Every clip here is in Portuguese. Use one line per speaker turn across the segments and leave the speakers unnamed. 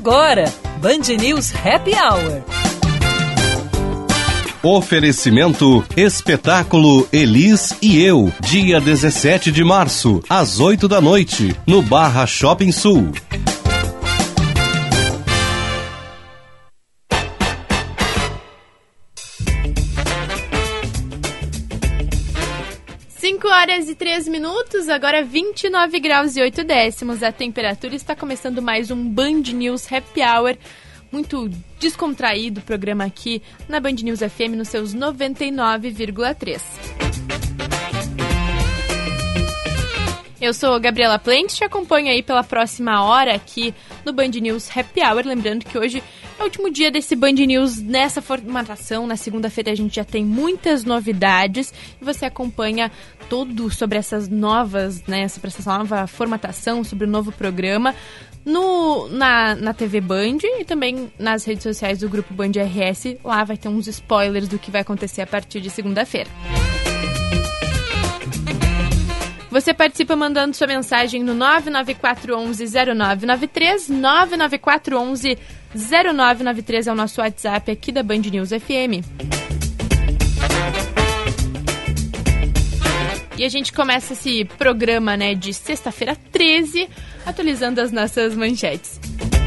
agora, Band News Happy Hour.
Oferecimento Espetáculo Elis e Eu, dia 17 de março, às 8 da noite, no Barra Shopping Sul.
5h03, agora 29 graus e 8 décimos. A temperatura está começando mais um Band News Happy Hour. Muito descontraído o programa aqui na Band News FM nos seus 99,3. Eu sou Gabriela Plente, te acompanho aí pela próxima hora aqui no Band News Happy Hour. Lembrando que hoje é o último dia desse Band News nessa formatação. Na segunda-feira a gente já tem muitas novidades e você acompanha tudo sobre essas novas, né, sobre essa nova formatação, sobre o novo programa na TV Band e também nas redes sociais do Grupo Band RS. Lá vai ter uns spoilers do que vai acontecer a partir de segunda-feira. Você participa mandando sua mensagem no 99411-0993. 99411-0993 é o nosso WhatsApp aqui da Band News FM. E a gente começa esse programa, né, de sexta-feira 13, atualizando as nossas manchetes.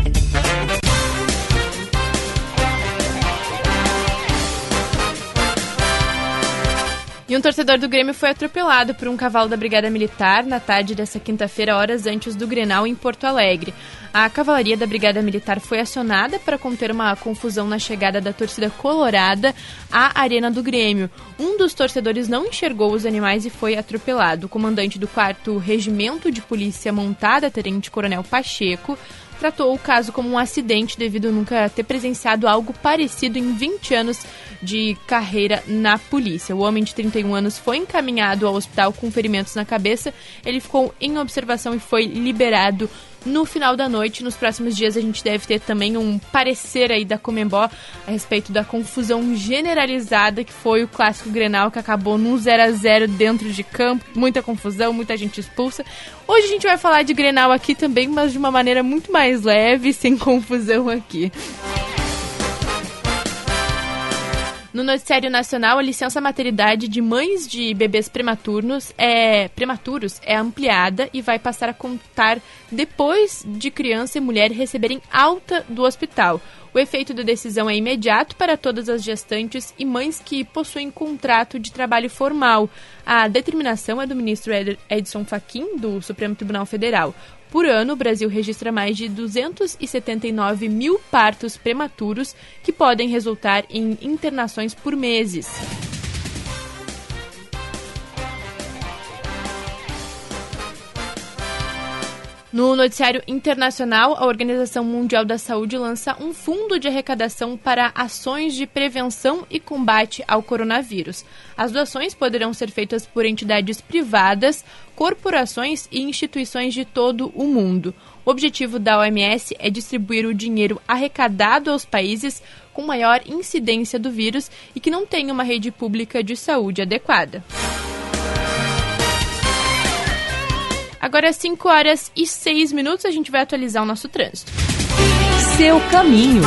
E um torcedor do Grêmio foi atropelado por um cavalo da Brigada Militar na tarde dessa quinta-feira, horas antes do Grenal em Porto Alegre. A cavalaria da Brigada Militar foi acionada para conter uma confusão na chegada da torcida colorada à Arena do Grêmio. Um dos torcedores não enxergou os animais e foi atropelado. O comandante do 4º Regimento de Polícia Montada, Tenente Coronel Pacheco, tratou o caso como um acidente devido a nunca ter presenciado algo parecido em 20 anos de carreira na polícia. O homem de 31 anos foi encaminhado ao hospital com ferimentos na cabeça. Ele ficou em observação e foi liberado no final da noite. Nos próximos dias a gente deve ter também um parecer aí da Conmebol a respeito da confusão generalizada que foi o clássico Grenal, que acabou num 0-0 dentro de campo, muita confusão, muita gente expulsa. Hoje a gente vai falar de Grenal aqui também, mas de uma maneira muito mais leve, sem confusão aqui. No noticiário nacional, a licença maternidade de mães de bebês prematuros é ampliada e vai passar a contar depois de criança e mulher receberem alta do hospital. O efeito da decisão é imediato para todas as gestantes e mães que possuem contrato de trabalho formal. A determinação é do ministro Edson Fachin, do Supremo Tribunal Federal. Por ano, o Brasil registra mais de 279 mil partos prematuros que podem resultar em internações por meses. No noticiário internacional, a Organização Mundial da Saúde lança um fundo de arrecadação para ações de prevenção e combate ao coronavírus. As doações poderão ser feitas por entidades privadas, corporações e instituições de todo o mundo. O objetivo da OMS é distribuir o dinheiro arrecadado aos países com maior incidência do vírus e que não têm uma rede pública de saúde adequada. Agora, 5h06, a gente vai atualizar o nosso trânsito.
Seu caminho.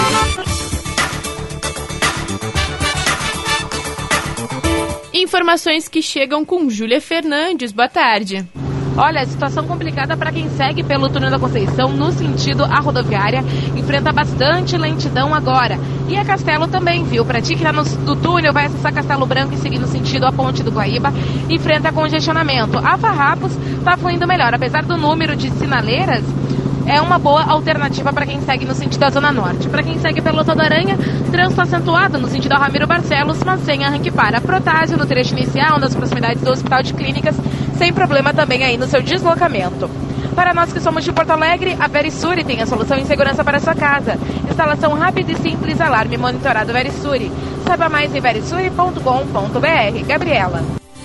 Informações que chegam com Júlia Fernandes. Boa tarde.
Olha, situação complicada para quem segue pelo túnel da Conceição no sentido à rodoviária. Enfrenta bastante lentidão agora. E a Castelo também, viu? Para ti que tá no túnel, vai acessar Castelo Branco e seguir no sentido à Ponte do Guaíba. Enfrenta congestionamento. A Farrapos tá fluindo melhor. Apesar do número de sinaleiras, é uma boa alternativa para quem segue no sentido da Zona Norte. Para quem segue pelo Toda Aranha, trânsito acentuado no sentido da Ramiro Barcelos, mas sem arranque para. Protásio no trecho inicial, nas proximidades do Hospital de Clínicas, sem problema também aí no seu deslocamento. Para nós que somos de Porto Alegre, a Verisure tem a solução em segurança para a sua casa. Instalação rápida e simples, alarme monitorado Verisure. Saiba mais em verisure.com.br. Gabriela.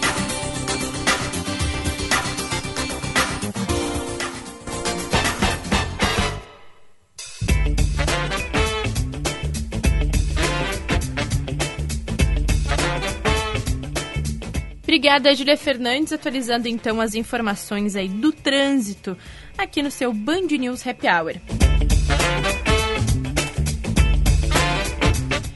Obrigada, Júlia Fernandes, atualizando então as informações aí do trânsito aqui no seu Band News Happy Hour.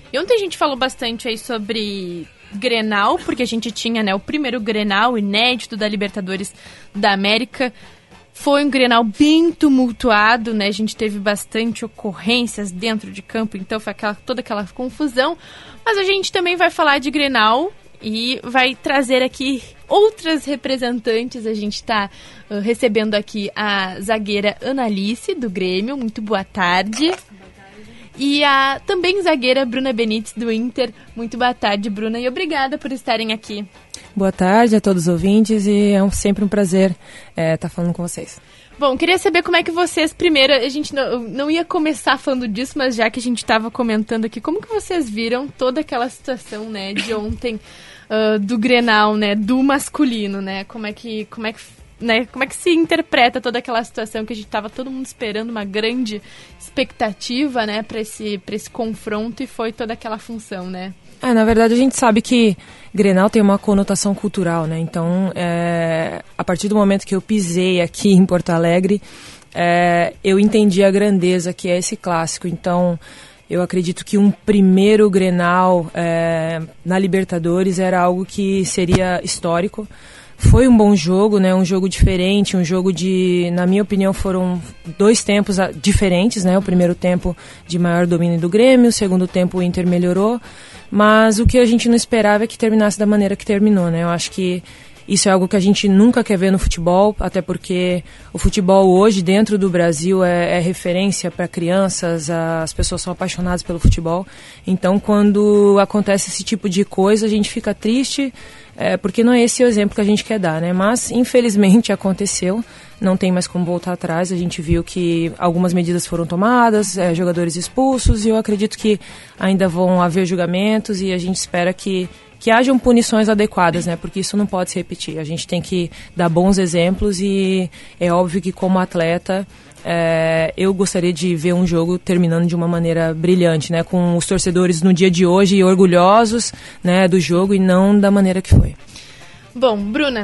E ontem a gente falou bastante aí sobre Grenal, porque a gente tinha, né, o primeiro Grenal inédito da Libertadores da América. Foi um Grenal bem tumultuado, né? A gente teve bastante ocorrências dentro de campo, então foi toda aquela confusão. Mas a gente também vai falar de Grenal e vai trazer aqui outras representantes. A gente está recebendo aqui a zagueira Analice, do Grêmio. Muito boa tarde. E a também zagueira Bruna Benites, do Inter. Muito boa tarde, Bruna, e obrigada por estarem aqui.
Boa tarde a todos os ouvintes e é sempre um prazer estar falando com vocês.
Bom, queria saber como é que vocês, primeiro, a gente não ia começar falando disso, mas já que a gente estava comentando aqui, como que vocês viram toda aquela situação, né, de ontem do Grenal, né, do masculino, né, como é que se interpreta toda aquela situação que a gente estava todo mundo esperando, uma grande expectativa, né, para esse confronto, e foi toda aquela função, né?
Na verdade a gente sabe que Grenal tem uma conotação cultural, né? Então, a partir do momento que eu pisei aqui em Porto Alegre, eu entendi a grandeza que é esse clássico. Então, eu acredito que um primeiro Grenal na Libertadores era algo que seria histórico. Foi um bom jogo, né? Um jogo diferente, um jogo na minha opinião, foram 2 tempos diferentes, né? O primeiro tempo de maior domínio do Grêmio, o segundo tempo o Inter melhorou, mas o que a gente não esperava é que terminasse da maneira que terminou, né? Eu acho que isso é algo que a gente nunca quer ver no futebol, até porque o futebol hoje dentro do Brasil é referência para crianças, as pessoas são apaixonadas pelo futebol. Então, quando acontece esse tipo de coisa, a gente fica triste, porque não é esse o exemplo que a gente quer dar, né? Mas, infelizmente, aconteceu, não tem mais como voltar atrás. A gente viu que algumas medidas foram tomadas, jogadores expulsos, e eu acredito que ainda vão haver julgamentos, e a gente espera que hajam punições adequadas, né? Porque isso não pode se repetir. A gente tem que dar bons exemplos, e é óbvio que, como atleta, eu gostaria de ver um jogo terminando de uma maneira brilhante, né? Com os torcedores no dia de hoje orgulhosos, né, do jogo, e não da maneira que foi. Bom,
Bruna,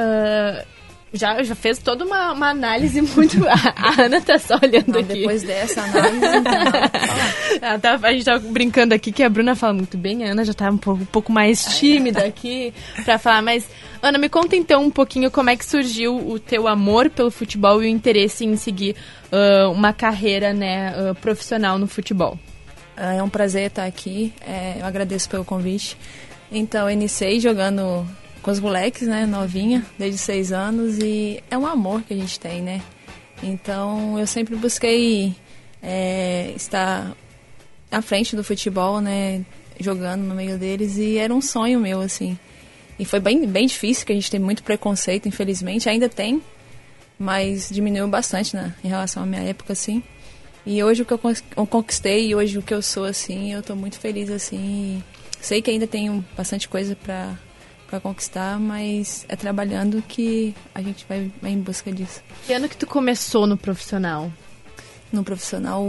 já fez toda uma análise muito... A Ana tá só olhando aqui.
Depois dessa análise, então...
A gente tá brincando aqui que a Bruna fala muito bem, a Ana já tá um pouco mais tímida aqui pra falar. Mas, Ana, me conta então um pouquinho como é que surgiu o teu amor pelo futebol e o interesse em seguir uma carreira, né, profissional no futebol.
É um prazer estar aqui, eu agradeço pelo convite. Então, eu iniciei jogando com os moleques, né, novinha, desde 6 anos, e é um amor que a gente tem, né? Então, eu sempre busquei estar à frente do futebol, né, jogando no meio deles, e era um sonho meu, assim. E foi bem, bem difícil, que a gente tem muito preconceito, infelizmente, ainda tem, mas diminuiu bastante, né, em relação à minha época, assim. E hoje o que eu conquistei, e hoje o que eu sou, assim, eu tô muito feliz, assim, e sei que ainda tenho bastante coisa para conquistar, mas é trabalhando que a gente vai em busca disso.
Que ano que tu começou no profissional?
No profissional,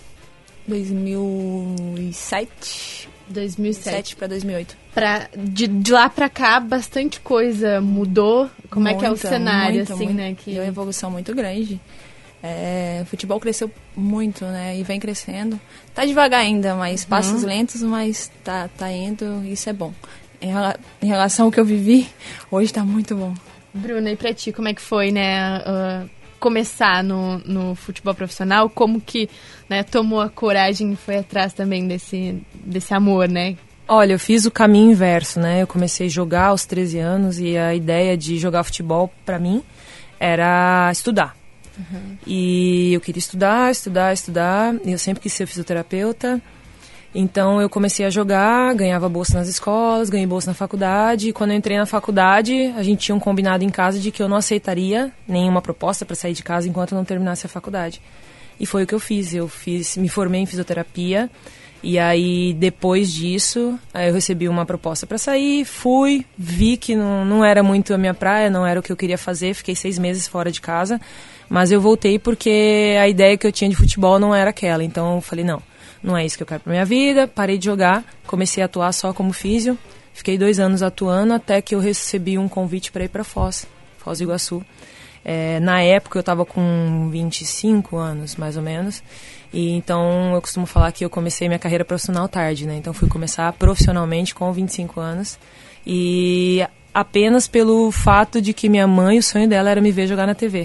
2007. 2007 para 2008.
De lá para cá, bastante coisa mudou. Como é que é o cenário, assim, né?
Deu uma evolução muito grande. O futebol cresceu muito, né? E vem crescendo. Tá devagar ainda, mas passos lentos, mas tá indo, isso é bom. Em relação ao que eu vivi, hoje tá muito bom.
Bruna, e pra ti, como é que foi, né, começar no futebol profissional? Como que, né, tomou a coragem e foi atrás também desse amor, né?
Olha, eu fiz o caminho inverso, né? Eu comecei a jogar aos 13 anos e a ideia de jogar futebol, pra mim, era estudar. E eu queria estudar. Eu sempre quis ser fisioterapeuta. Então eu comecei a jogar, ganhava bolsa nas escolas, ganhei bolsa na faculdade. E quando eu entrei na faculdade, a gente tinha um combinado em casa de que eu não aceitaria nenhuma proposta para sair de casa enquanto eu não terminasse a faculdade. E foi o que eu fiz. Me formei em fisioterapia. E aí, depois disso, eu recebi uma proposta para sair, vi que não era muito a minha praia, não era o que eu queria fazer, fiquei 6 meses fora de casa. Mas eu voltei porque a ideia que eu tinha de futebol não era aquela. Então eu falei, não é isso que eu quero pra minha vida. Parei de jogar, comecei a atuar só como físio. Fiquei 2 anos atuando até que eu recebi um convite para ir para Foz do Iguaçu. Na época eu estava com 25 anos, mais ou menos, e então eu costumo falar que eu comecei minha carreira profissional tarde, né? Então fui começar profissionalmente com 25 anos, e apenas pelo fato de que minha mãe, o sonho dela era me ver jogar na TV.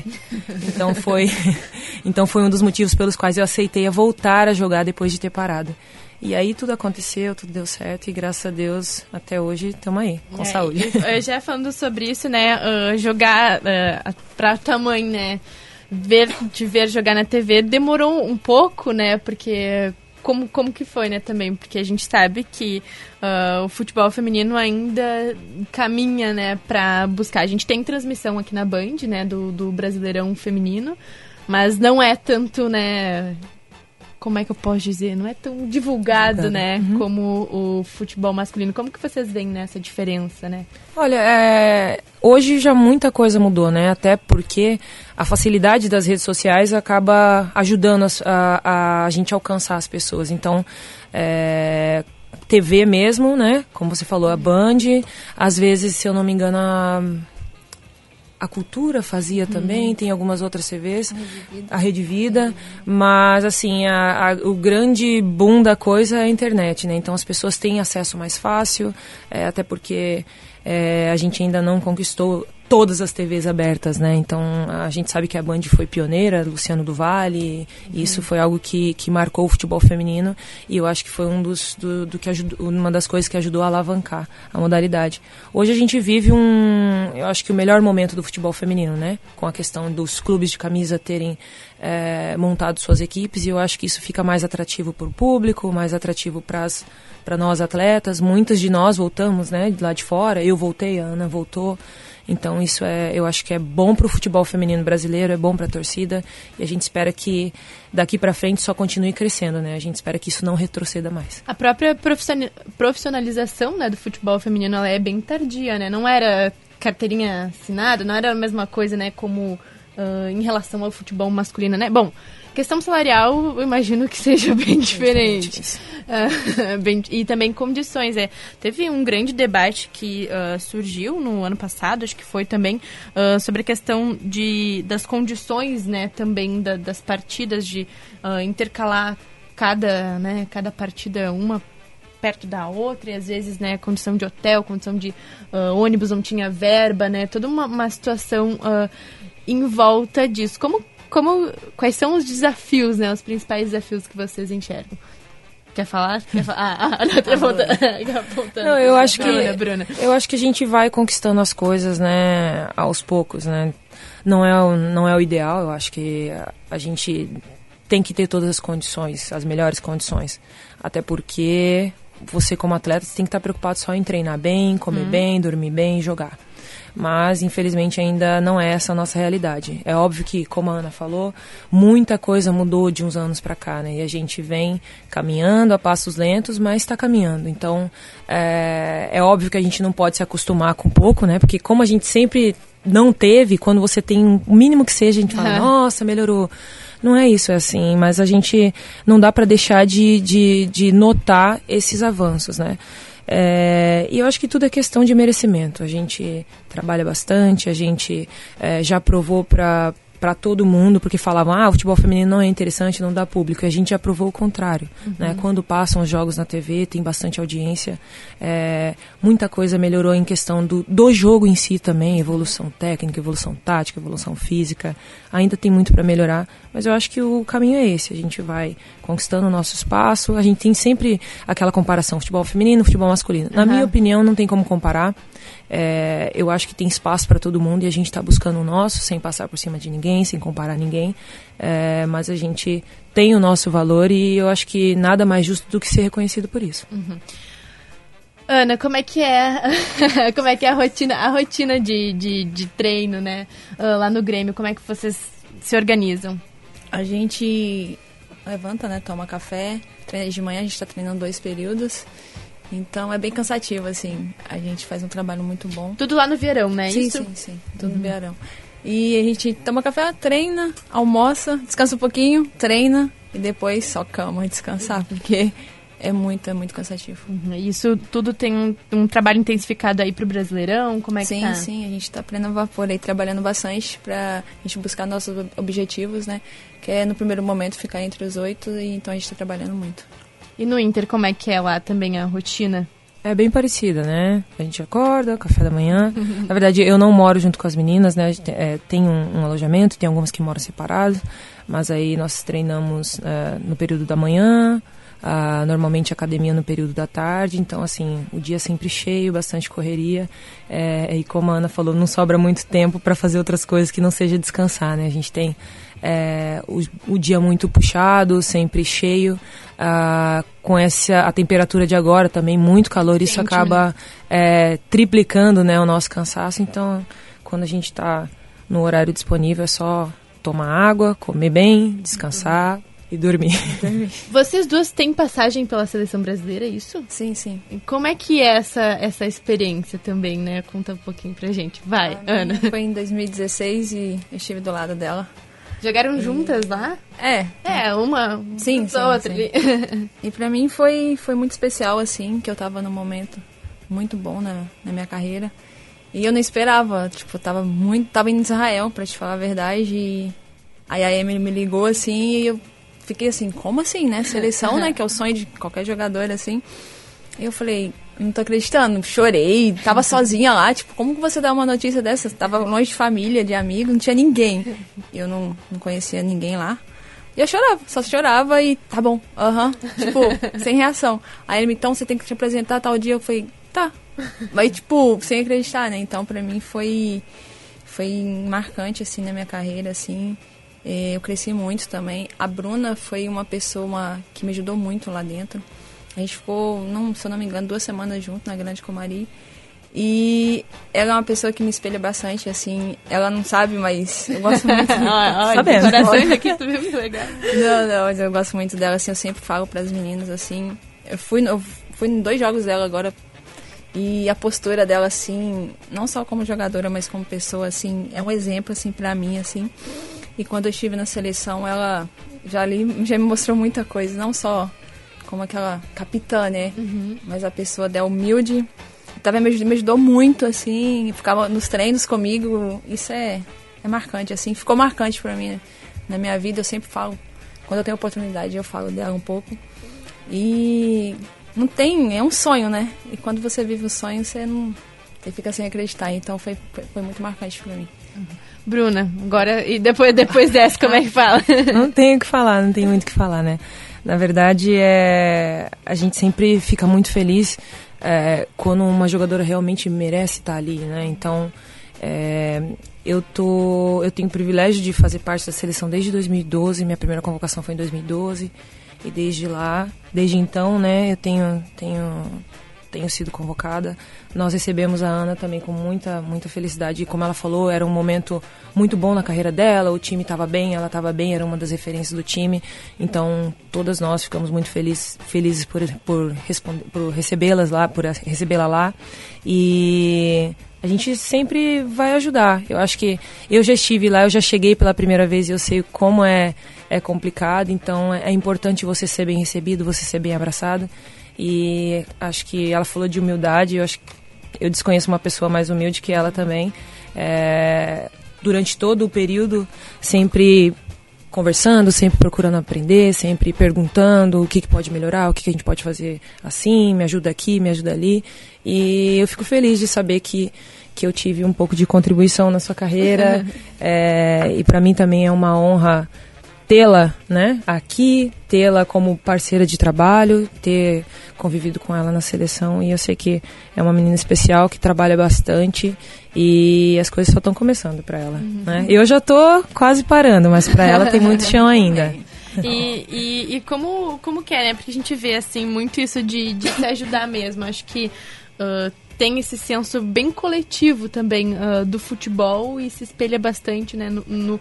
Então foi um dos motivos pelos quais eu aceitei voltar a jogar depois de ter parado. E aí tudo aconteceu, tudo deu certo e graças a Deus até hoje estamos aí, com saúde.
Eu já falando sobre isso, né, jogar pra tua mãe, né, te ver jogar na TV demorou um pouco, né, porque como que foi, né, também, porque a gente sabe que o futebol feminino ainda caminha, né, pra buscar. A gente tem transmissão aqui na Band, né, do Brasileirão Feminino, mas não é tanto, né, como é que eu posso dizer, não é tão divulgado, né, como o futebol masculino. Como que vocês veem nessa diferença, né?
Olha, hoje já muita coisa mudou, né, até porque a facilidade das redes sociais acaba ajudando a gente alcançar as pessoas. Então, TV mesmo, né, como você falou, a Band, às vezes, se eu não me engano, a Cultura fazia também, tem algumas outras TVs, a Rede Vida, mas assim, o grande boom da coisa é a internet, né? Então as pessoas têm acesso mais fácil, até porque a gente ainda não conquistou todas as TVs abertas, né? Então a gente sabe que a Band foi pioneira, Luciano do Vale, e isso foi algo que marcou o futebol feminino, e eu acho que foi uma das coisas que ajudou a alavancar a modalidade. Hoje a gente vive eu acho que o melhor momento do futebol feminino, né? Com a questão dos clubes de camisa terem montado suas equipes, e eu acho que isso fica mais atrativo para o público, mais atrativo para nós atletas. Muitas de nós voltamos, né, de lá de fora, eu voltei, a Ana voltou. Então isso eu acho que é bom para o futebol feminino brasileiro, é bom para a torcida, e a gente espera que daqui para frente só continue crescendo, né? A gente espera que isso não retroceda mais.
A própria profissionalização, né, do futebol feminino, ela é bem tardia, né? Não era carteirinha assinada, não era a mesma coisa, né, como em relação ao futebol masculino, né? Bom, questão salarial, eu imagino que seja bem diferente. E também condições. Teve um grande debate que surgiu no ano passado, acho que foi também, sobre a questão das condições, né, também das partidas, de intercalar cada partida uma perto da outra, e às vezes, né, condição de hotel, condição de ônibus, não tinha verba, né, toda uma situação em volta disso. Quais são os desafios, né, os principais desafios que vocês enxergam? Quer falar?
Não, eu acho que Bruna. Eu acho que a gente vai conquistando as coisas, né, aos poucos, né? Não é o ideal. Eu acho que a gente tem que ter todas as condições, as melhores condições, até porque você, como atleta, tem que estar preocupado só em treinar bem, comer bem, dormir bem e jogar. Mas, infelizmente, ainda não é essa a nossa realidade. É óbvio que, como a Ana falou, muita coisa mudou de uns anos para cá, né? E a gente vem caminhando a passos lentos, mas está caminhando. Então, é óbvio que a gente não pode se acostumar com pouco, né? Porque como a gente sempre não teve, quando você tem o mínimo que seja, a gente fala, nossa, melhorou. Não é isso, é assim, mas a gente não dá para deixar de notar esses avanços, né? E eu acho que tudo é questão de merecimento. A gente trabalha bastante, a gente já provou para todo mundo, porque falavam, o futebol feminino não é interessante, não dá público. E a gente já provou o contrário, né? Quando passam os jogos na TV, tem bastante audiência. Muita coisa melhorou em questão do jogo em si também, evolução técnica, evolução tática, evolução física. Ainda tem muito para melhorar, mas eu acho que o caminho é esse. A gente vai conquistando o nosso espaço. A gente tem sempre aquela comparação, futebol feminino, futebol masculino. Na minha opinião, não tem como comparar. Eu acho que tem espaço para todo mundo e a gente está buscando o nosso, sem passar por cima de ninguém, sem comparar ninguém, mas a gente tem o nosso valor e eu acho que nada mais justo do que ser reconhecido por isso.
Ana, como é que é a rotina de treino, né, lá no Grêmio? Como é que vocês se organizam?
A gente levanta, né, toma café, treina de manhã, a gente está treinando 2 períodos. Então é bem cansativo, assim. A gente faz um trabalho muito bom.
Tudo lá no Verão, né?
Sim,
isso?
Sim. Tudo no Verão. E a gente toma café, treina, almoça, descansa um pouquinho, treina e depois só cama e descansar, porque é muito cansativo.
Isso tudo tem um trabalho intensificado aí pro Brasileirão? Como é que tá?
Sim, a gente tá pleno vapor aí, trabalhando bastante pra gente buscar nossos objetivos, né? Que é, no primeiro momento, ficar entre os 8, e então a gente tá trabalhando muito.
E no Inter, como é que é lá também a rotina?
É bem parecida, né? A gente acorda, café da manhã. Na verdade, eu não moro junto com as meninas, né? Tem um alojamento, tem algumas que moram separadas, mas aí nós treinamos no período da manhã, normalmente academia no período da tarde, então assim, o dia sempre cheio, bastante correria, e como a Ana falou, não sobra muito tempo para fazer outras coisas que não seja descansar, né? A gente tem o dia muito puxado, sempre cheio, com a temperatura de agora também, muito calor, isso
quente,
acaba triplicando, né, o nosso cansaço. Então, quando a gente está no horário disponível, é só tomar água, comer bem, descansar e dormir.
Vocês duas têm passagem pela seleção brasileira, é isso?
Sim.
E como é que é essa experiência também, né? Conta um pouquinho pra gente. Vai, Ana.
Foi em 2016 e eu estive do lado dela.
Jogaram juntas lá? Uma
sim,
outra.
Sim. E pra mim foi muito especial, assim, que eu tava num momento muito bom na minha carreira. E eu não esperava, tava em Israel, pra te falar a verdade. E aí a Emily me ligou, assim, e eu fiquei assim, como assim, né? Seleção, né? Que é o sonho de qualquer jogador, assim. E eu falei, não tô acreditando, chorei, tava sozinha lá, como que você dá uma notícia dessa? Tava longe de família, de amigos, não tinha ninguém. Eu não conhecia ninguém lá. E eu chorava, só chorava e tá bom, sem reação. Aí ele me, então você tem que te apresentar tal dia, eu falei, tá. Mas, sem acreditar, né? Então, pra mim foi marcante, assim, na minha carreira, assim. Eu cresci muito também. A Bruna foi uma pessoa que me ajudou muito lá dentro. A gente ficou, se eu não me engano, 2 semanas junto na Grande Comari. E ela é uma pessoa que me espelha bastante, assim. Ela não sabe, mas eu gosto muito.
Sabendo. Corações aqui, tu viu que legal.
Não, mas eu gosto muito dela, assim. Eu sempre falo pras meninas, assim. Eu fui em 2 jogos dela agora. E a postura dela, assim, não só como jogadora, mas como pessoa, assim, é um exemplo, assim, pra mim, assim. E quando eu estive na seleção, ela já me mostrou muita coisa, não só como aquela capitã, né? Mas a pessoa dela humilde, me ajudou muito, assim, ficava nos treinos comigo. Isso é marcante, assim, ficou marcante pra mim, né? Na minha vida. Eu sempre falo, quando eu tenho oportunidade, eu falo dela um pouco. E não tem, é um sonho, né? E quando você vive o sonho, você fica sem acreditar. Então foi muito marcante pra mim.
Bruna, agora, e depois dessa, como é que fala?
Não tenho o que falar, não tem muito o que falar, né? Na verdade, a gente sempre fica muito feliz quando uma jogadora realmente merece estar ali, né? Então, eu tenho o privilégio de fazer parte da seleção desde 2012, minha primeira convocação foi em 2012, e desde então, né, eu tenho sido convocada. Nós recebemos a Ana também com muita felicidade. E como ela falou, era um momento muito bom na carreira dela, o time estava bem, ela estava bem, era uma das referências do time. Então, todas nós ficamos muito felizes por recebê-la lá. E a gente sempre vai ajudar. Eu acho que eu já estive lá, eu já cheguei pela primeira vez e eu sei como é complicado. Então, é importante você ser bem recebido, você ser bem abraçado. E acho que ela falou de humildade, eu desconheço uma pessoa mais humilde que ela também. Durante todo o período, sempre conversando, sempre procurando aprender, sempre perguntando o que pode melhorar, o que a gente pode fazer assim, me ajuda aqui, me ajuda ali. E eu fico feliz de saber que eu tive um pouco de contribuição na sua carreira. E para mim também é uma honra tê-la, né, aqui, tê-la como parceira de trabalho, ter convivido com ela na seleção. E eu sei que é uma menina especial, que trabalha bastante e as coisas só estão começando para ela, né? Eu já tô quase parando, mas para ela tem muito chão ainda.
E como que é, né? Porque a gente vê, assim, muito isso de se ajudar mesmo. Acho que tem esse senso bem coletivo também do futebol e se espelha bastante, né,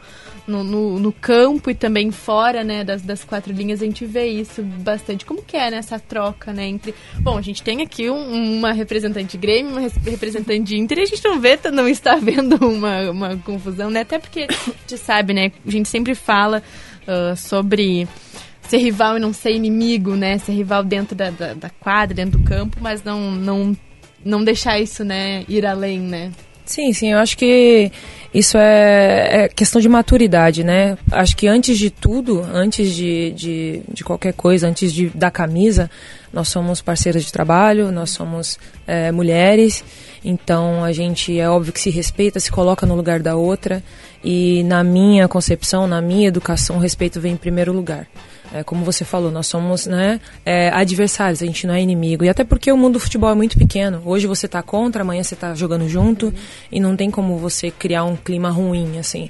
no campo e também fora, né, das 4 linhas. A gente vê isso bastante. Como que é, né, essa troca, né, entre... Bom, a gente tem aqui uma representante de Grêmio, uma representante de Inter, e a gente não está vendo uma confusão, né, até porque a gente sabe, né, a gente sempre fala sobre ser rival e não ser inimigo, né? Ser rival dentro da quadra, dentro do campo, mas não deixar isso, né, ir além, né?
Sim, eu acho que isso é questão de maturidade, né? Acho que antes de tudo, antes de qualquer coisa, antes da camisa, nós somos parceiras de trabalho, nós somos mulheres, então a gente é óbvio que se respeita, se coloca no lugar da outra, e na minha concepção, na minha educação, o respeito vem em primeiro lugar. Como você falou, nós somos, né, adversários, a gente não é inimigo. E até porque o mundo do futebol é muito pequeno. Hoje você está contra, amanhã você está jogando junto, e não tem como você criar um clima ruim, assim.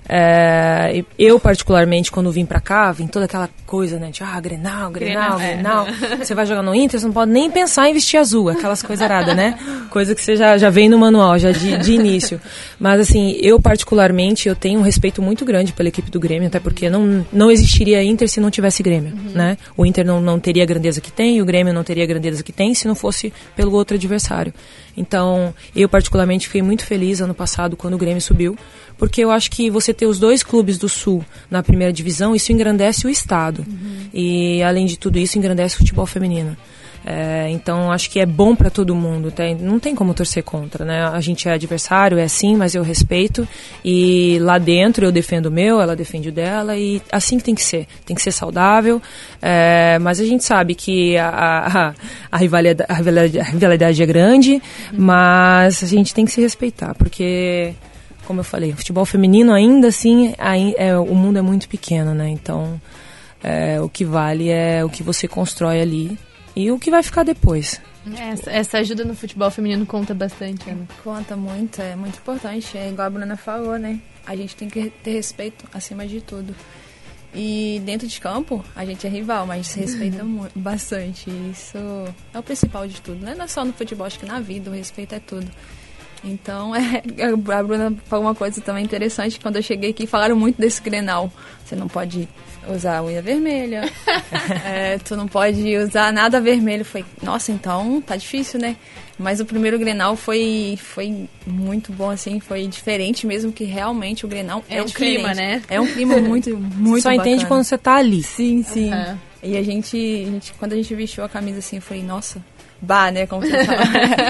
Eu, particularmente, quando vim pra cá, vim toda aquela coisa, né, de Grenal. Você vai jogar no Inter, você não pode nem pensar em vestir azul, aquelas coisas aradas, né? Coisa que você já vem no manual, já de início. Mas, assim, eu, particularmente, eu tenho um respeito muito grande pela equipe do Grêmio, até porque não existiria Inter se não tivesse Grêmio, né? O Inter não teria a grandeza que tem, o Grêmio não teria a grandeza que tem se não fosse pelo outro adversário. Então, eu particularmente fiquei muito feliz ano passado quando o Grêmio subiu, porque eu acho que você ter os dois clubes do Sul na primeira divisão, isso engrandece o estado. E, além de tudo isso, engrandece o futebol feminino. Então, acho que é bom para todo mundo. Não tem como torcer contra, né? A gente é adversário, é sim, mas eu respeito. E lá dentro eu defendo o meu, ela defende o dela. E assim que tem que ser. Tem que ser saudável. Mas a gente sabe que a rivalidade é grande, mas a gente tem que se respeitar. Porque, como eu falei, o futebol feminino ainda assim, o mundo é muito pequeno, né? Então, o que vale é o que você constrói ali. E o que vai ficar depois?
Essa ajuda no futebol feminino conta bastante, Ana.
Conta muito, é muito importante. É igual a Bruna falou, né? A gente tem que ter respeito acima de tudo. E dentro de campo, a gente é rival, mas a gente se respeita bastante. Isso é o principal de tudo. Não é só no futebol, acho que na vida, o respeito é tudo. Então, a Bruna falou uma coisa também interessante. Quando eu cheguei aqui, falaram muito desse Grenal. Você não pode usar unha vermelha, tu não pode usar nada vermelho. Foi, nossa, então tá difícil, né? Mas o primeiro Grenal foi muito bom, assim, foi diferente mesmo, que realmente o Grenal é um
diferente. Clima, né?
É um clima muito
Só
bacana.
Entende quando você tá ali.
Sim. E a gente, quando a gente vestiu a camisa assim, eu falei, nossa, né? Como você fala.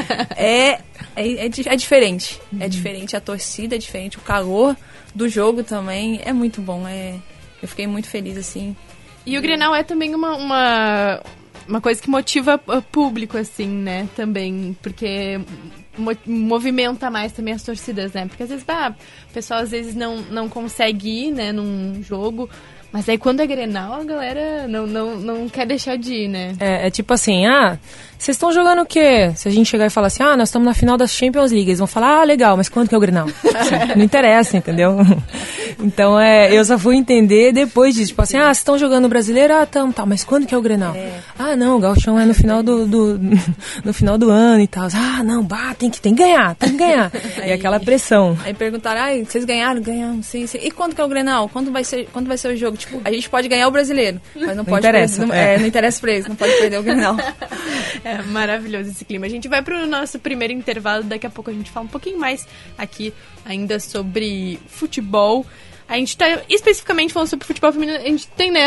É diferente. É diferente a torcida, é diferente o calor do jogo também. É muito bom, eu fiquei muito feliz, assim.
E o Grenal é também uma coisa que motiva o público, assim, né? Também, porque movimenta mais também as torcidas, né? Porque às vezes, o pessoal às vezes não consegue ir, né, num jogo. Mas aí quando é Grenal, a galera não quer deixar de ir, né? É
tipo assim, vocês estão jogando o quê? Se a gente chegar e falar assim, nós estamos na final da Champions League, eles vão falar, legal, mas quando que é o Grenal? Não interessa, entendeu? Então, eu só fui entender depois disso, tipo assim, vocês estão jogando o Brasileiro? Tá, mas quando que é o Grenal? Não, o Gauchão é no final no final do ano e tal. Não, tem que ganhar. E aquela pressão.
Aí perguntaram, vocês ganharam? Ganhamos, sim. E quando que é o Grenal? Quando vai ser o jogo? Tipo, a gente pode ganhar o Brasileiro, mas não pode
interessa,
não interessa pra eles, não pode perder o Grenal.
É maravilhoso esse clima. A gente vai pro nosso primeiro intervalo, daqui a pouco a gente fala um pouquinho mais aqui ainda sobre futebol. A gente tá especificamente falando sobre futebol feminino, a gente tem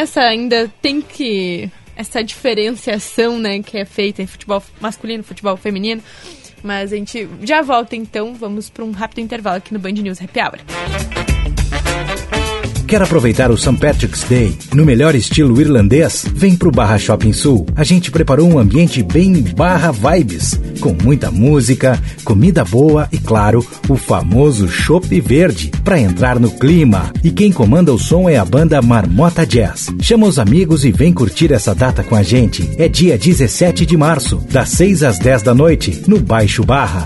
essa diferenciação, né, que é feita em futebol masculino, futebol feminino, mas a gente já volta então, vamos para um rápido intervalo aqui no Band News Happy Hour.
Quer aproveitar o St. Patrick's Day no melhor estilo irlandês? Vem pro Barra Shopping Sul. A gente preparou um ambiente bem Barra Vibes, com muita música, comida boa e, claro, o famoso chopp verde, para entrar no clima. E quem comanda o som é a banda Marmota Jazz. Chama os amigos e vem curtir essa data com a gente. É dia 17 de março, das 6 às 10 da noite, no Baixo Barra.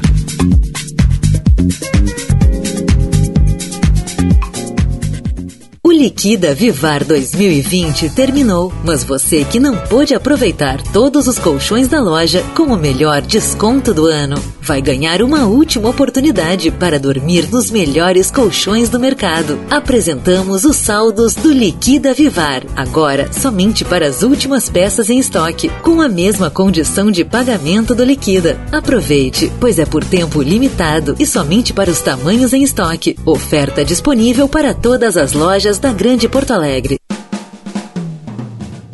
O Liquida Vivar 2020 terminou, mas você que não pôde aproveitar todos os colchões da loja com o melhor desconto do ano, vai ganhar uma última oportunidade para dormir nos melhores colchões do mercado. Apresentamos os saldos do Liquida Vivar, agora somente para as últimas peças em estoque, com a mesma condição de pagamento do Liquida. Aproveite, pois é por tempo limitado e somente para os tamanhos em estoque. Oferta disponível para todas as lojas da Grande Porto Alegre.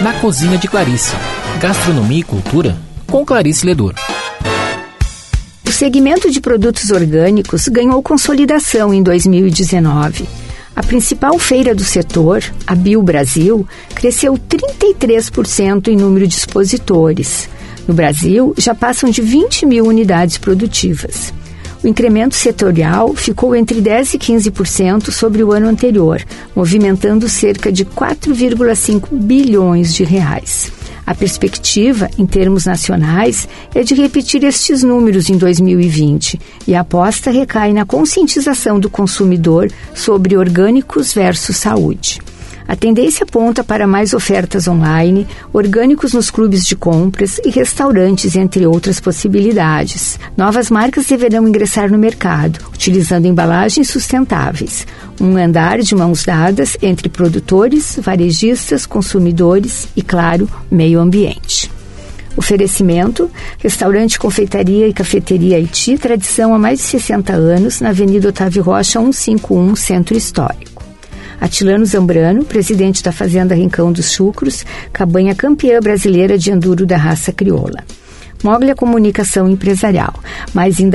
Na Cozinha de Clarice, Gastronomia e Cultura, com Clarice Ledor.
O segmento de produtos orgânicos ganhou consolidação em 2019. A principal feira do setor, a BioBrasil, cresceu 33% em número de expositores. No Brasil, já passam de 20 mil unidades produtivas. O incremento setorial ficou entre 10% e 15% sobre o ano anterior, movimentando cerca de 4,5 bilhões de reais. A perspectiva, em termos nacionais, é de repetir estes números em 2020 e a aposta recai na conscientização do consumidor sobre orgânicos versus saúde. A tendência aponta para mais ofertas online, orgânicos nos clubes de compras e restaurantes, entre outras possibilidades. Novas marcas deverão ingressar no mercado, utilizando embalagens sustentáveis. Um andar de mãos dadas entre produtores, varejistas, consumidores e, claro, meio ambiente. Oferecimento: restaurante, confeitaria e cafeteria Haiti, tradição há mais de 60 anos, na Avenida Otávio Rocha, 151, Centro Histórico. Atilano Zambrano, presidente da Fazenda Rincão dos Chucros, cabanha campeã brasileira de enduro da raça crioula. Moglia Comunicação Empresarial, mais em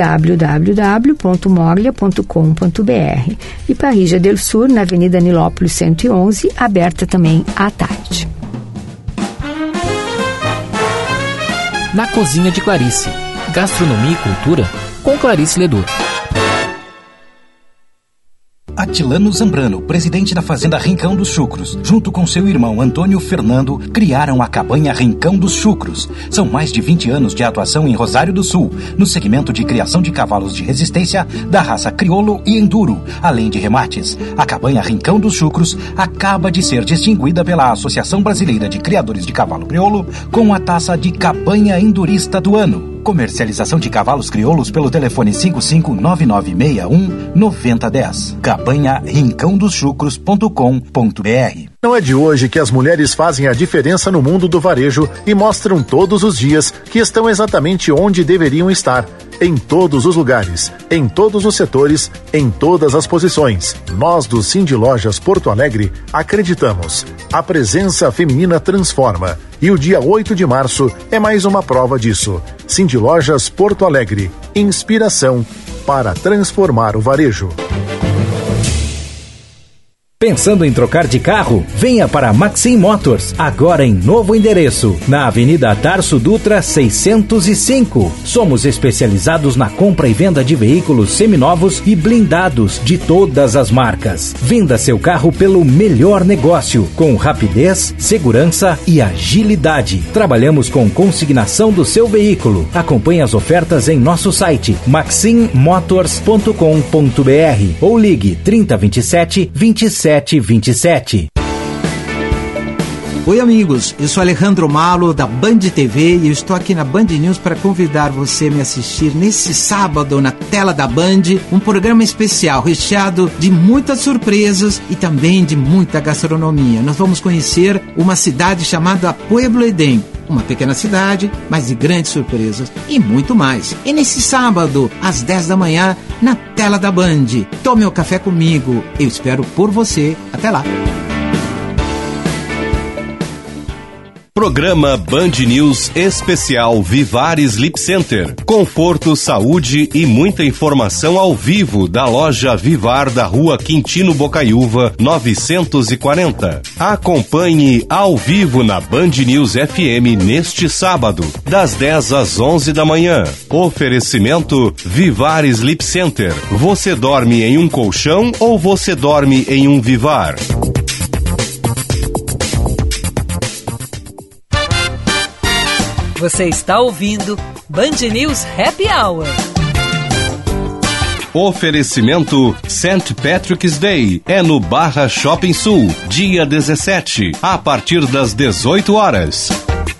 www.moglia.com.br. E Parrilla del Sur, na Avenida Nilópolis 111, aberta também à tarde.
Na Cozinha de Clarice, Gastronomia e Cultura, com Clarice Ledor.
Atilano Zambrano, presidente da Fazenda Rincão dos Chucros, junto com seu irmão Antônio Fernando, criaram a cabanha Rincão dos Chucros. São mais de 20 anos de atuação em Rosário do Sul, no segmento de criação de cavalos de resistência da raça crioulo e enduro, além de remates. A cabanha Rincão dos Chucros acaba de ser distinguida pela Associação Brasileira de Criadores de Cavalo Crioulo com a taça de Cabanha Endurista do Ano. Comercialização de cavalos crioulos pelo telefone 559961-9010. cabanharincãodoschucros.com.br.
Não é de hoje que as mulheres fazem a diferença no mundo do varejo e mostram todos os dias que estão exatamente onde deveriam estar. Em todos os lugares, em todos os setores, em todas as posições. Nós do Cindy Lojas Porto Alegre acreditamos. A presença feminina transforma. E o dia 8 de março é mais uma prova disso. Cindy Lojas Porto Alegre. Inspiração para transformar o varejo.
Pensando em trocar de carro? Venha para a Maxim Motors, agora em novo endereço, na Avenida Tarso Dutra 605. Somos especializados na compra e venda de veículos seminovos e blindados de todas as marcas. Venda seu carro pelo melhor negócio, com rapidez, segurança e agilidade. Trabalhamos com consignação do seu veículo. Acompanhe as ofertas em nosso site maximmotors.com.br ou ligue 3027 2727.
Oi amigos, eu sou Alejandro Malo da Band TV e eu estou aqui na Band News para convidar você a me assistir nesse sábado na tela da Band, um programa especial recheado de muitas surpresas e também de muita gastronomia. Nós vamos conhecer uma cidade chamada Pueblo Edén, uma pequena cidade, mas de grandes surpresas e muito mais. E nesse sábado, às 10 da manhã, na tela da Band. Tome o café comigo, eu espero por você. Até lá.
Programa Band News Especial Vivar Sleep Center. Conforto, saúde e muita informação ao vivo da loja Vivar da Rua Quintino Bocaiúva, 940. Acompanhe ao vivo na Band News FM neste sábado, das 10 às 11 da manhã. Oferecimento Vivar Sleep Center. Você dorme em um colchão ou você dorme em um Vivar?
Você está ouvindo Band News Happy Hour.
Oferecimento St. Patrick's Day é no Barra Shopping Sul, dia 17, a partir das 18 horas.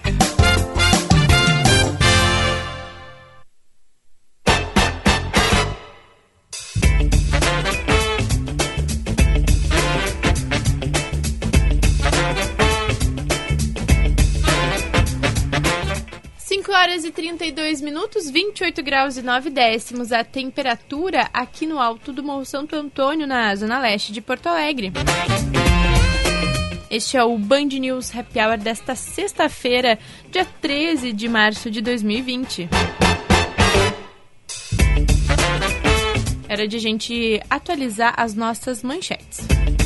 Horas e 32 minutos, 28 graus e 9 décimos a temperatura aqui no alto do Morro Santo Antônio, na zona leste de Porto Alegre. Este é o Band News Happy Hour desta sexta-feira, dia 13 de março de 2020. Era de a gente atualizar as nossas manchetes.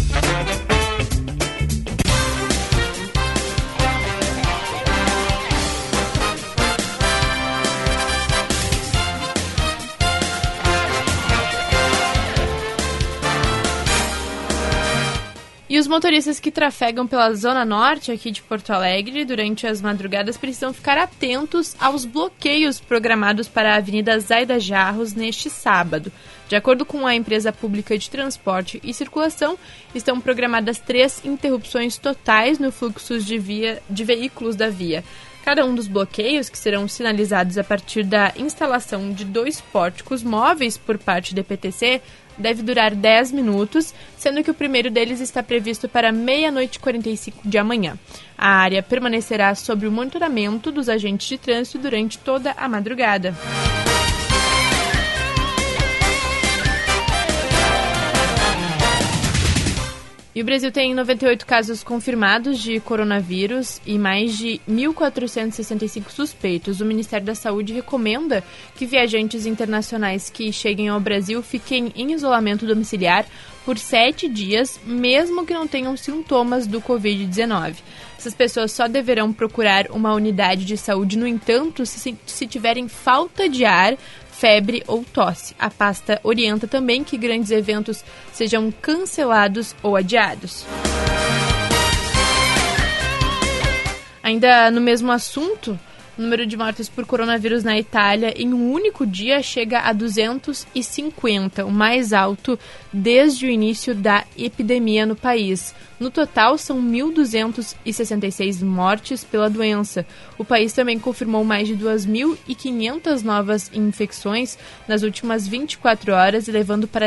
E os motoristas que trafegam pela Zona Norte aqui de Porto Alegre durante as madrugadas precisam ficar atentos aos bloqueios programados para a Avenida Zaida Jarros neste sábado. De acordo com a empresa pública de transporte e circulação, estão programadas 3 interrupções totais no fluxo de veículos da via. Cada um dos bloqueios, que serão sinalizados a partir da instalação de 2 pórticos móveis por parte da EPTC, deve durar 10 minutos, sendo que o primeiro deles está previsto para 00:45 de amanhã. A área permanecerá sob o monitoramento dos agentes de trânsito durante toda a madrugada. E o Brasil tem 98 casos confirmados de coronavírus e mais de 1.465 suspeitos. O Ministério da Saúde recomenda que viajantes internacionais que cheguem ao Brasil fiquem em isolamento domiciliar por 7 dias, mesmo que não tenham sintomas do Covid-19. Essas pessoas só deverão procurar uma unidade de saúde, no entanto, se tiverem falta de ar, febre ou tosse. A pasta orienta também que grandes eventos sejam cancelados ou adiados. Ainda no mesmo assunto, o número de mortes por coronavírus na Itália em um único dia chega a 250, o mais alto desde o início da epidemia no país. No total, são 1.266 mortes pela doença. O país também confirmou mais de 2.500 novas infecções nas últimas 24 horas, levando para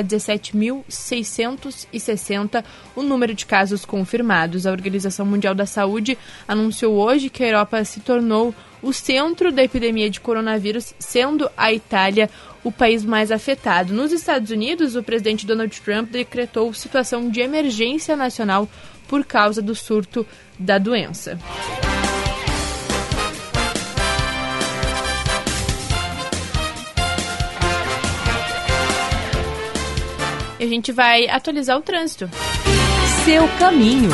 17.660 o número de casos confirmados. A Organização Mundial da Saúde anunciou hoje que a Europa se tornou o centro da epidemia de coronavírus, sendo a Itália o país mais afetado. Nos Estados Unidos, o presidente Donald Trump decretou situação de emergência nacional por causa do surto da doença. E a gente vai atualizar o trânsito.
Seu caminho.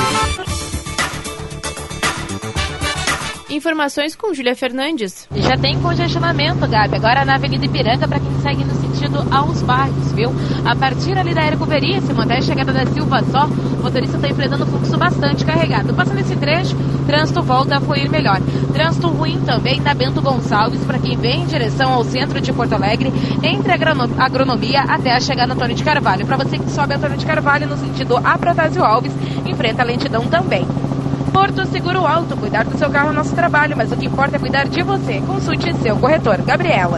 Informações com Júlia Fernandes.
Já tem congestionamento, Gabi, agora na Avenida Ipiranga para quem segue no sentido aos bairros, viu? A partir ali da Érico Veríssimo até a chegada da Silva Só, o motorista está enfrentando um fluxo bastante carregado. Passando esse trecho, trânsito volta a fluir melhor. Trânsito ruim também na Bento Gonçalves para quem vem em direção ao centro de Porto Alegre, entre a Agronomia até a chegada Antônio de Carvalho. Para você que sobe Antônio de Carvalho no sentido a Protásio Alves, enfrenta a lentidão também. Porto Seguro Alto, cuidar do seu carro é nosso trabalho, mas o que importa é cuidar de você. Consulte seu corretor. Gabriela.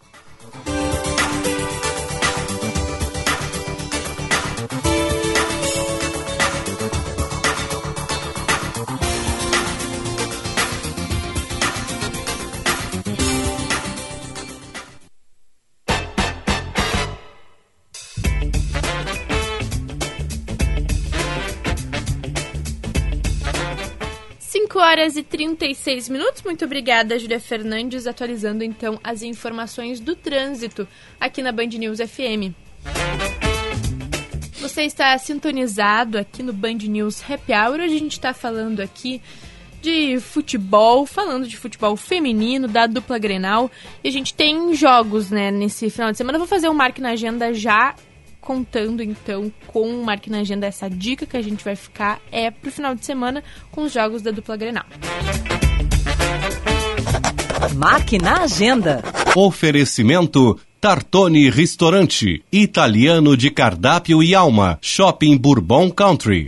Horas e 36 minutos. Muito obrigada, Júlia Fernandes, atualizando então as informações do trânsito aqui na Band News FM. Você está sintonizado aqui no Band News Happy Hour. Hoje a gente está falando aqui de futebol, falando de futebol feminino, da dupla Grenal. E a gente tem jogos, né, nesse final de semana. Eu vou fazer um marque na agenda já, contando então com o Marque na Agenda. Essa dica que a gente vai ficar é pro final de semana com os jogos da dupla Grenal.
Marque na Agenda.
Oferecimento Tartone Restaurante, italiano de cardápio e alma, Shopping Bourbon Country.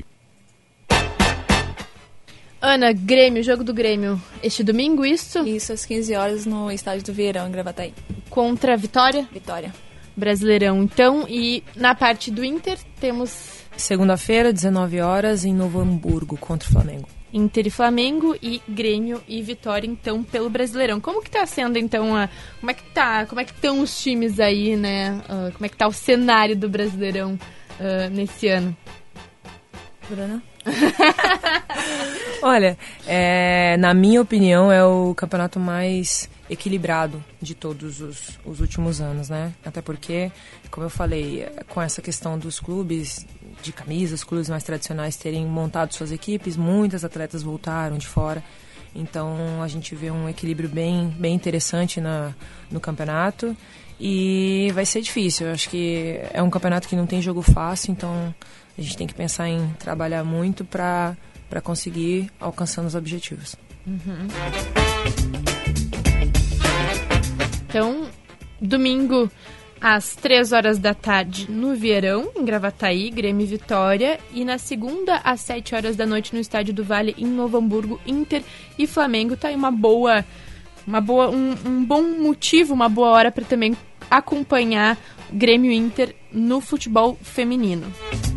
Ana, Grêmio, jogo do Grêmio, este domingo, isso?
Isso, às 15 horas no estádio do Vieirão, em Gravataí.
Contra a Vitória?
Vitória.
Brasileirão, então. E na parte do Inter, temos...
Segunda-feira, 19 horas, em Novo Hamburgo, contra o Flamengo.
Inter e Flamengo, e Grêmio e Vitória, então, pelo Brasileirão. Como que tá sendo, então, como é que estão os times aí, né? Como é que tá o cenário do Brasileirão nesse ano?
Bruna?
Olha, na minha opinião, é o campeonato mais equilibrado de todos os últimos anos, né? Até porque, como eu falei, com essa questão dos clubes de camisas, os clubes mais tradicionais terem montado suas equipes, muitas atletas voltaram de fora. Então, a gente vê um equilíbrio bem interessante no campeonato. E vai ser difícil. Eu acho que é um campeonato que não tem jogo fácil, então a gente tem que pensar em trabalhar muito para conseguir alcançando os objetivos.
Uhum. Então, domingo, às 3 horas da tarde, no Vieirão, em Gravataí, Grêmio e Vitória. E na segunda, às 7 horas da noite, no Estádio do Vale, em Novo Hamburgo, Inter e Flamengo. Tá aí um bom motivo, uma boa hora para também acompanhar Grêmio e Inter no futebol feminino.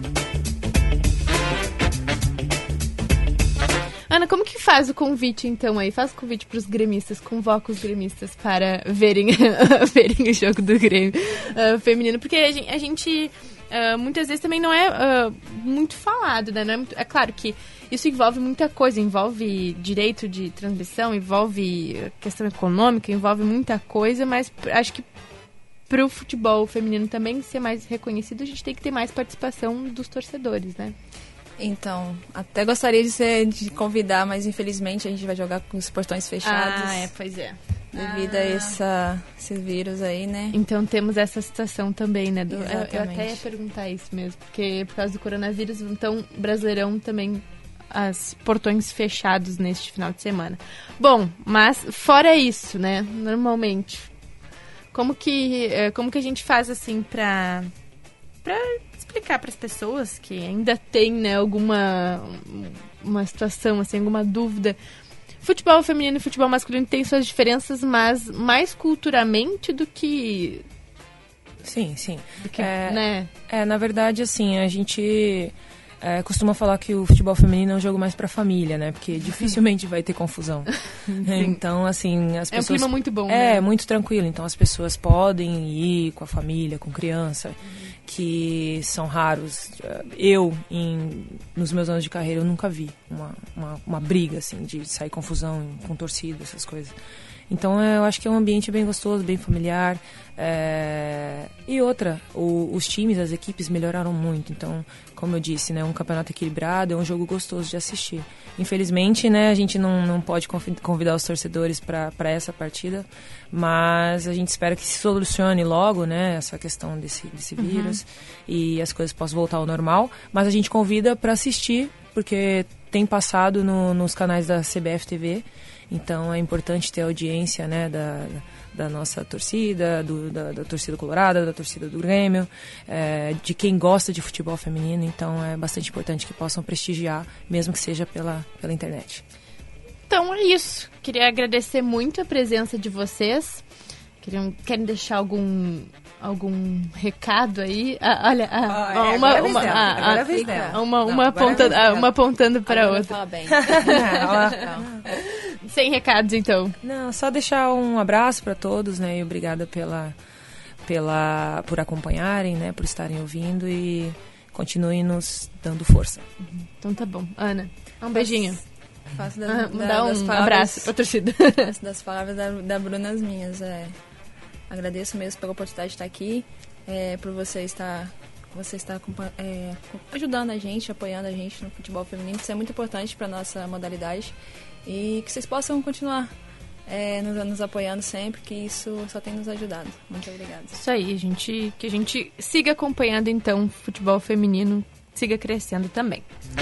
Ana, como que faz o convite, então, aí? Faz o convite para os gremistas, convoca os gremistas para verem o jogo do Grêmio feminino, porque a gente muitas vezes também não é muito falado, né? Não é, é claro que isso envolve muita coisa, envolve direito de transmissão, envolve questão econômica, envolve muita coisa, mas acho que para o futebol feminino também ser mais reconhecido, a gente tem que ter mais participação dos torcedores, né?
Então, até gostaria de convidar, mas infelizmente a gente vai jogar com os portões fechados.
Pois é.
Devido a esse vírus aí, né?
Então temos essa situação também, né? Eu até ia perguntar isso mesmo, porque por causa do coronavírus, então Brasileirão também, as portões fechados neste final de semana. Bom, mas fora isso, né? Normalmente, como que a gente faz assim pra explicar para as pessoas que ainda tem, né, alguma uma situação, assim, alguma dúvida? Futebol feminino e futebol masculino tem suas diferenças, mas mais culturalmente do que...
Sim.
Do que, né?
Na verdade, assim, a gente costuma falar que o futebol feminino é um jogo mais para família, né? Porque dificilmente vai ter confusão. Então, assim, as pessoas...
É um clima muito bom, né?
É, muito tranquilo. Então, as pessoas podem ir com a família, com criança, que são raros. Nos meus anos de carreira, eu nunca vi uma briga, assim, de sair confusão com torcida, essas coisas. Então, eu acho que é um ambiente bem gostoso, bem familiar. E outra, os times, as equipes melhoraram muito. Então, como eu disse, né, um campeonato equilibrado, é um jogo gostoso de assistir. Infelizmente, né, a gente não pode convidar os torcedores para essa partida, mas a gente espera que se solucione logo, né, essa questão desse vírus e as coisas possam voltar ao normal. Mas a gente convida para assistir, porque tem passado nos canais da CBF TV. Então é importante ter audiência, né, da nossa torcida, da torcida colorada, da torcida do Grêmio, de quem gosta de futebol feminino. Então é bastante importante que possam prestigiar, mesmo que seja pela internet.
Então é isso. Queria agradecer muito a presença de vocês. Querem deixar algum recado aí? Uma apontando para a outra.
Fala bem.
Sem recados, então.
Não, só deixar um abraço para todos, né? E obrigada por acompanharem, né? Por estarem ouvindo e continuem nos dando força.
Então tá bom. Ana, um beijinho.
Faço
dar um abraço pra torcida.
Das palavras da Bruna, as minhas. Agradeço mesmo pela oportunidade de estar aqui, por você estar ajudando a gente, apoiando a gente no futebol feminino. Isso é muito importante para nossa modalidade e que vocês possam continuar nos apoiando sempre, que isso só tem nos ajudado. Muito obrigada.
Isso aí, que a gente siga acompanhando então o futebol feminino, siga crescendo também.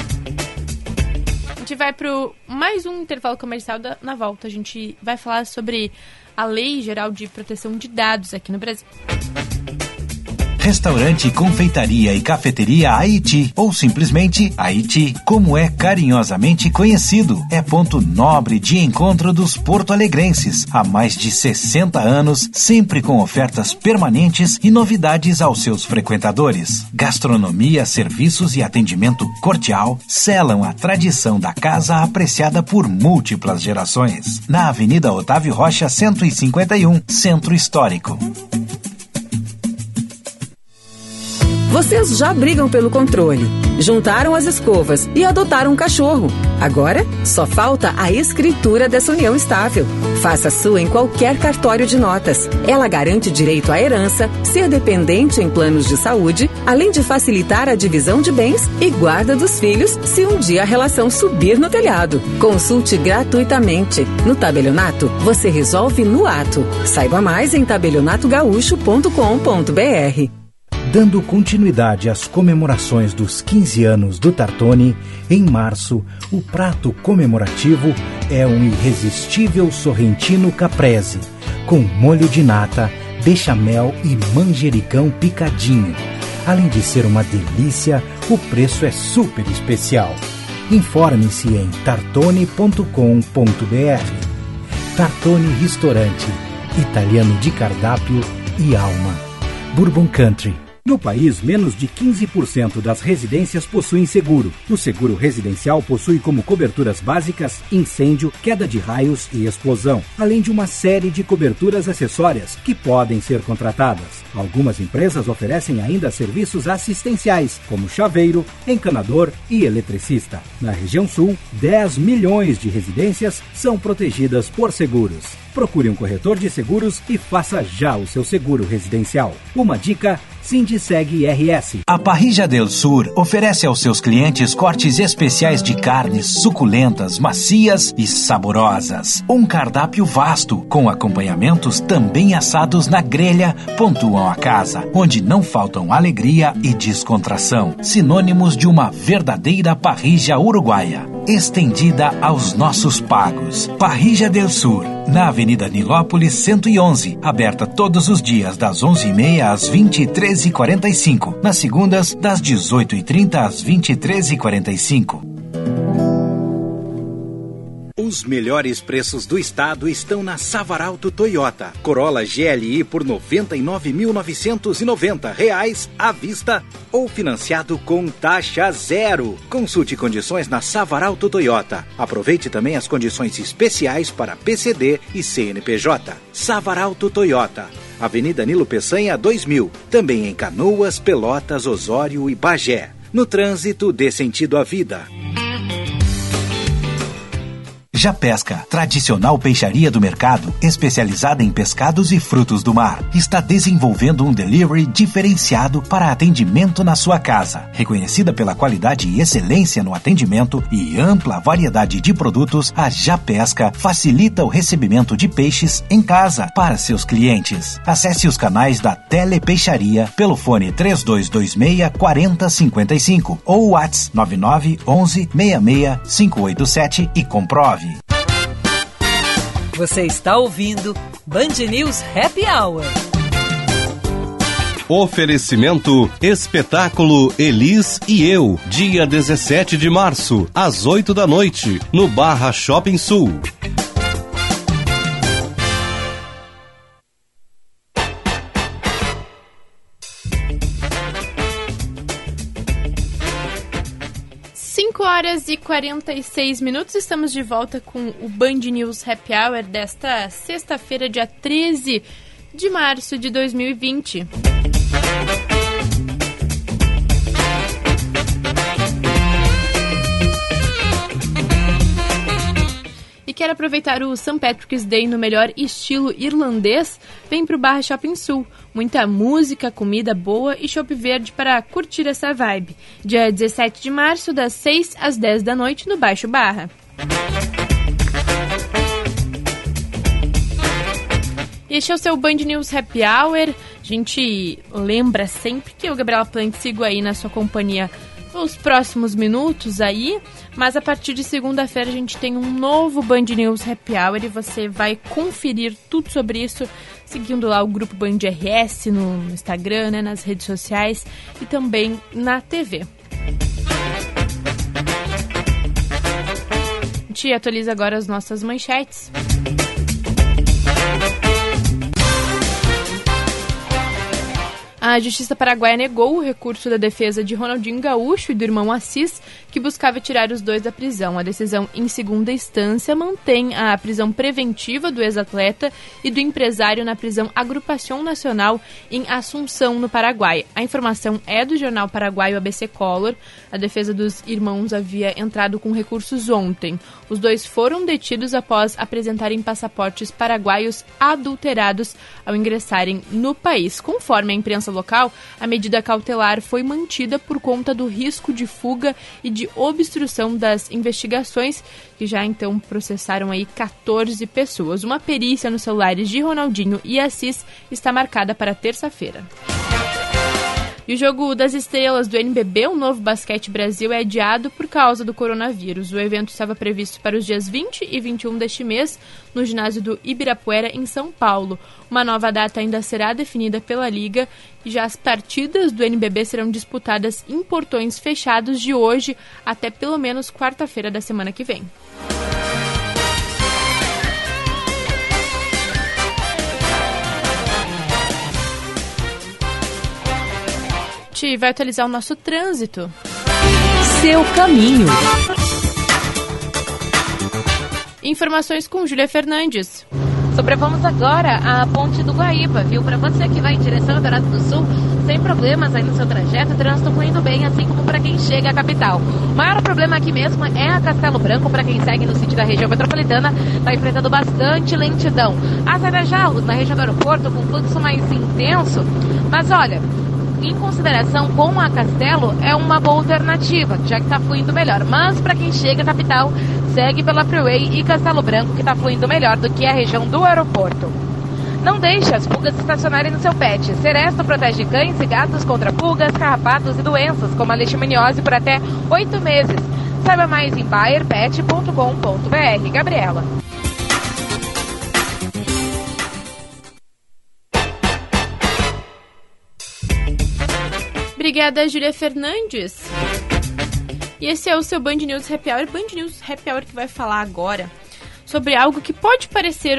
A gente vai para mais um intervalo comercial. Na volta a gente vai falar sobre a Lei Geral de Proteção de Dados aqui no Brasil.
Restaurante, confeitaria e cafeteria Haiti, ou simplesmente Haiti, como é carinhosamente conhecido. É ponto nobre de encontro dos porto-alegrenses. Há mais de 60 anos, sempre com ofertas permanentes e novidades aos seus frequentadores. Gastronomia, serviços e atendimento cordial selam a tradição da casa apreciada por múltiplas gerações. Na Avenida Otávio Rocha, 151, Centro Histórico.
Vocês já brigam pelo controle, juntaram as escovas e adotaram um cachorro. Agora, só falta a escritura dessa união estável. Faça a sua em qualquer cartório de notas. Ela garante direito à herança, ser dependente em planos de saúde, além de facilitar a divisão de bens e guarda dos filhos se um dia a relação subir no telhado. Consulte gratuitamente. No Tabelionato, você resolve no ato. Saiba mais em tabelionatogaúcho.com.br.
Dando continuidade às comemorações dos 15 anos do Tartone, em março, o prato comemorativo é um irresistível sorrentino caprese, com molho de nata, bechamel e manjericão picadinho. Além de ser uma delícia, o preço é super especial. Informe-se em tartone.com.br. Tartone Restaurante, italiano de cardápio e alma. Bourbon Country. No país, menos de 15% das residências possuem seguro. O seguro residencial possui como coberturas básicas incêndio, queda de raios e explosão, além de uma série de coberturas acessórias que podem ser contratadas. Algumas empresas oferecem ainda serviços assistenciais, como chaveiro, encanador e eletricista. Na região sul, 10 milhões de residências são protegidas por seguros. Procure um corretor de seguros e faça já o seu seguro residencial. Uma dica: Sindiceg RS.
A Parrilla del Sur oferece aos seus clientes cortes especiais de carnes suculentas, macias e saborosas. Um cardápio vasto, com acompanhamentos também assados na grelha, pontuam a casa, onde não faltam alegria e descontração, sinônimos de uma verdadeira parrilla uruguaia, estendida aos nossos pagos. Parrilla del Sur, na Avenida Nilópolis 111, aberta todos os dias das 11h30 às 23h45, nas segundas das 18h30 às 23h45.
Os melhores preços do estado estão na Savaralto Toyota. Corolla GLI por R$ 99.990 à vista ou financiado com taxa zero. Consulte condições na Savaralto Toyota. Aproveite também as condições especiais para PCD e CNPJ. Savaralto Toyota. Avenida Nilo Peçanha 2000. Também em Canoas, Pelotas, Osório e Bagé. No trânsito, dê sentido à vida.
Japesca, tradicional peixaria do mercado, especializada em pescados e frutos do mar, está desenvolvendo um delivery diferenciado para atendimento na sua casa. Reconhecida pela qualidade e excelência no atendimento e ampla variedade de produtos, a Japesca facilita o recebimento de peixes em casa para seus clientes. Acesse os canais da Telepeixaria pelo fone 3226-4055 ou WhatsApp 9911-66-587 e comprove.
Você está ouvindo Band News Happy Hour.
Oferecimento Espetáculo Elis e Eu, dia 17 de março, às 20h, no Barra Shopping Sul.
Horas e 46 minutos, estamos de volta com o Band News Happy Hour desta sexta-feira, dia 13 de março de 2020. E quer aproveitar o St. Patrick's Day no melhor estilo irlandês? Vem pro Barra Shopping Sul. Muita música, comida boa e chopp verde para curtir essa vibe. Dia 17 de março, das 6 às 10 da noite, no Baixo Barra. E este é o seu Band News Happy Hour. A gente lembra sempre que eu, Gabriela Plante, sigo aí na sua companhia os próximos minutos aí, mas a partir de segunda-feira a gente tem um novo Band News Happy Hour e você vai conferir tudo sobre isso seguindo lá o grupo Band RS no Instagram, né, nas redes sociais e também na TV. A gente atualiza agora as nossas manchetes. A Justiça Paraguaia negou o recurso da defesa de Ronaldinho Gaúcho e do irmão Assis, que buscava tirar os dois da prisão. A decisão em segunda instância mantém a prisão preventiva do ex-atleta e do empresário na prisão Agrupação Nacional em Assunção, no Paraguai. A informação é do jornal paraguaio ABC Color. A defesa dos irmãos havia entrado com recursos ontem. Os dois foram detidos após apresentarem passaportes paraguaios adulterados ao ingressarem no país. Conforme a imprensa local, a medida cautelar foi mantida por conta do risco de fuga e de obstrução das investigações, que já então processaram aí 14 pessoas. Uma perícia nos celulares de Ronaldinho e Assis está marcada para terça-feira. E o jogo das estrelas do NBB, o Novo Basquete Brasil, é adiado por causa do coronavírus. O evento estava previsto para os dias 20 e 21 deste mês, no ginásio do Ibirapuera, em São Paulo. Uma nova data ainda será definida pela Liga e já as partidas do NBB serão disputadas em portões fechados de hoje até pelo menos quarta-feira da semana que vem. Vai atualizar o nosso trânsito.
Seu caminho.
Informações com Júlia Fernandes.
Sobrevamos agora a Ponte do Guaíba, viu? Para você que vai em direção ao Dourado do Sul, sem problemas aí no seu trajeto, o trânsito fluindo bem, assim como para quem chega à capital. O maior problema aqui mesmo é a Castelo Branco, para quem segue no sentido da região metropolitana, está enfrentando bastante lentidão. A saída já na região do aeroporto, com fluxo mais intenso, mas olha, em consideração com a Castelo, é uma boa alternativa, já que está fluindo melhor. Mas para quem chega à capital, segue pela Freeway e Castelo Branco, que está fluindo melhor do que a região do aeroporto. Não deixe as pulgas estacionarem no seu pet. Seresto protege cães e gatos contra pulgas, carrapatos e doenças, como a leishmaniose, por até 8 meses. Saiba mais em bayerpet.com.br. Gabriela.
Obrigada, Júlia Fernandes. E esse é o seu Band News Happy Hour. Band News Happy Hour que vai falar agora sobre algo que pode parecer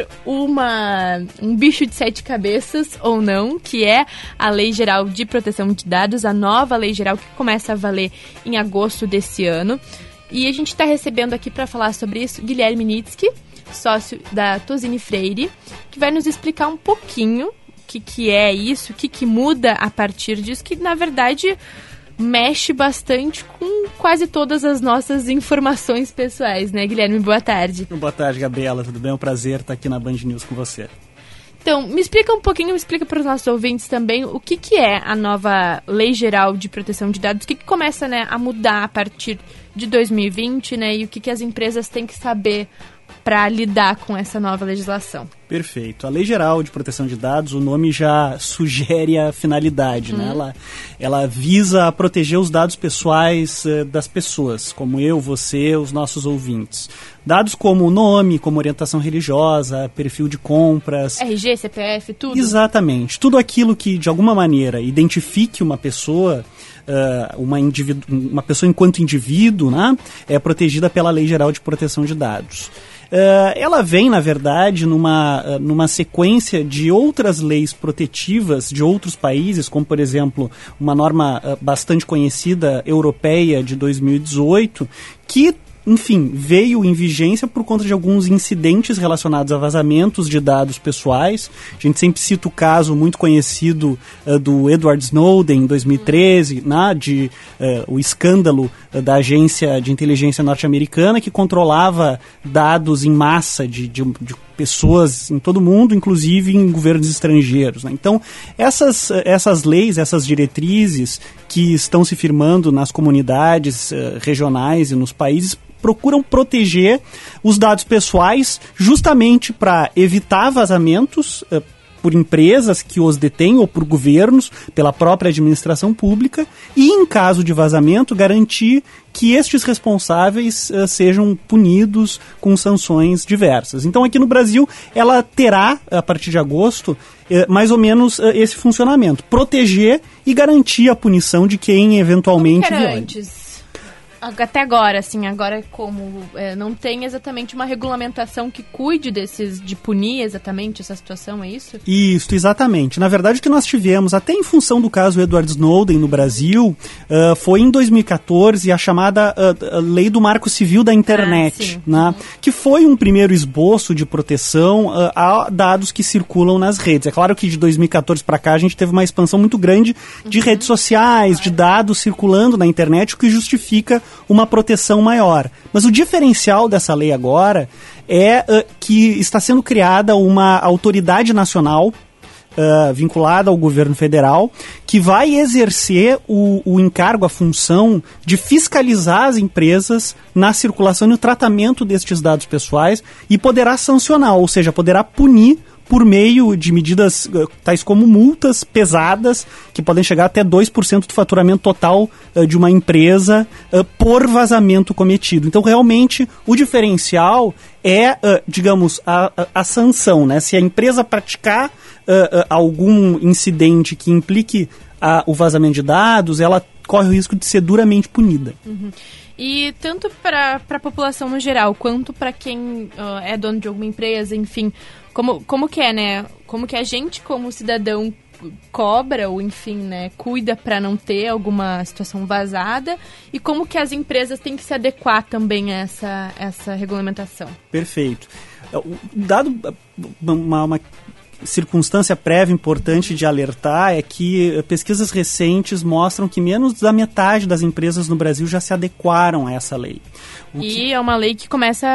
um bicho de 7 cabeças ou não, que é a Lei Geral de Proteção de Dados, a nova Lei Geral que começa a valer em agosto desse ano. E a gente está recebendo aqui para falar sobre isso Guilherme Nitsky, sócio da Tosini Freire, que vai nos explicar um pouquinho o que é isso, o que muda a partir disso, que na verdade mexe bastante com quase todas as nossas informações pessoais, né, Guilherme? Boa tarde.
Boa tarde, Gabriela, tudo bem? É um prazer estar aqui na Band News com você.
Então, me explica um pouquinho, explica para os nossos ouvintes também o que é a nova Lei Geral de Proteção de Dados, o que começa, né, a mudar a partir de 2020, né, e o que as empresas têm que saber para lidar com essa nova legislação.
Perfeito. A Lei Geral de Proteção de Dados, o nome já sugere a finalidade, né? Ela visa proteger os dados pessoais das pessoas, como eu, você, os nossos ouvintes. Dados como nome, como orientação religiosa, perfil de compras...
RG, CPF, tudo?
Exatamente. Tudo aquilo que, de alguma maneira, identifique uma pessoa... uma pessoa enquanto indivíduo, né, é protegida pela Lei Geral de Proteção de Dados. Ela vem, na verdade, numa sequência de outras leis protetivas de outros países, como, por exemplo, uma norma bastante conhecida europeia de 2018, que, enfim, veio em vigência por conta de alguns incidentes relacionados a vazamentos de dados pessoais. A gente sempre cita o caso muito conhecido do Edward Snowden, em 2013, né, o escândalo da agência de inteligência norte-americana que controlava dados em massa de pessoas em todo o mundo, inclusive em governos estrangeiros, né? Então, essas leis, essas diretrizes que estão se firmando nas comunidades regionais e nos países procuram proteger os dados pessoais justamente para evitar vazamentos por empresas que os detêm ou por governos, pela própria administração pública, e em caso de vazamento garantir que estes responsáveis sejam punidos com sanções diversas. Então aqui no Brasil ela terá, a partir de agosto, mais ou menos esse funcionamento: proteger e garantir a punição de quem eventualmente viole.
Até agora, assim, agora como não tem exatamente uma regulamentação que cuide de punir exatamente essa situação, é isso?
Isso, exatamente. Na verdade, o que nós tivemos, até em função do caso Edward Snowden no Brasil, foi em 2014 a chamada Lei do Marco Civil da Internet, né? Que foi um primeiro esboço de proteção a dados que circulam nas redes. É claro que de 2014 para cá a gente teve uma expansão muito grande de redes sociais, de dados circulando na internet, o que justifica uma proteção maior. Mas o diferencial dessa lei agora é que está sendo criada uma autoridade nacional vinculada ao governo federal, que vai exercer o encargo, a função de fiscalizar as empresas na circulação e no tratamento destes dados pessoais e poderá sancionar, ou seja, poderá punir por meio de medidas tais como multas pesadas, que podem chegar até 2% do faturamento total de uma empresa por vazamento cometido. Então, realmente, o diferencial é, digamos, a sanção, né? Se a empresa praticar algum incidente que implique o vazamento de dados, ela corre o risco de ser duramente punida.
Uhum. E tanto para a população no geral, quanto para quem é dono de alguma empresa, enfim, como que é, né? Como que a gente, como cidadão, cobra ou, enfim, né, cuida para não ter alguma situação vazada, e como que as empresas têm que se adequar também a essa regulamentação?
Perfeito. Dado uma circunstância prévia importante de alertar é que pesquisas recentes mostram que menos da metade das empresas no Brasil já se adequaram a essa lei.
É uma lei que começa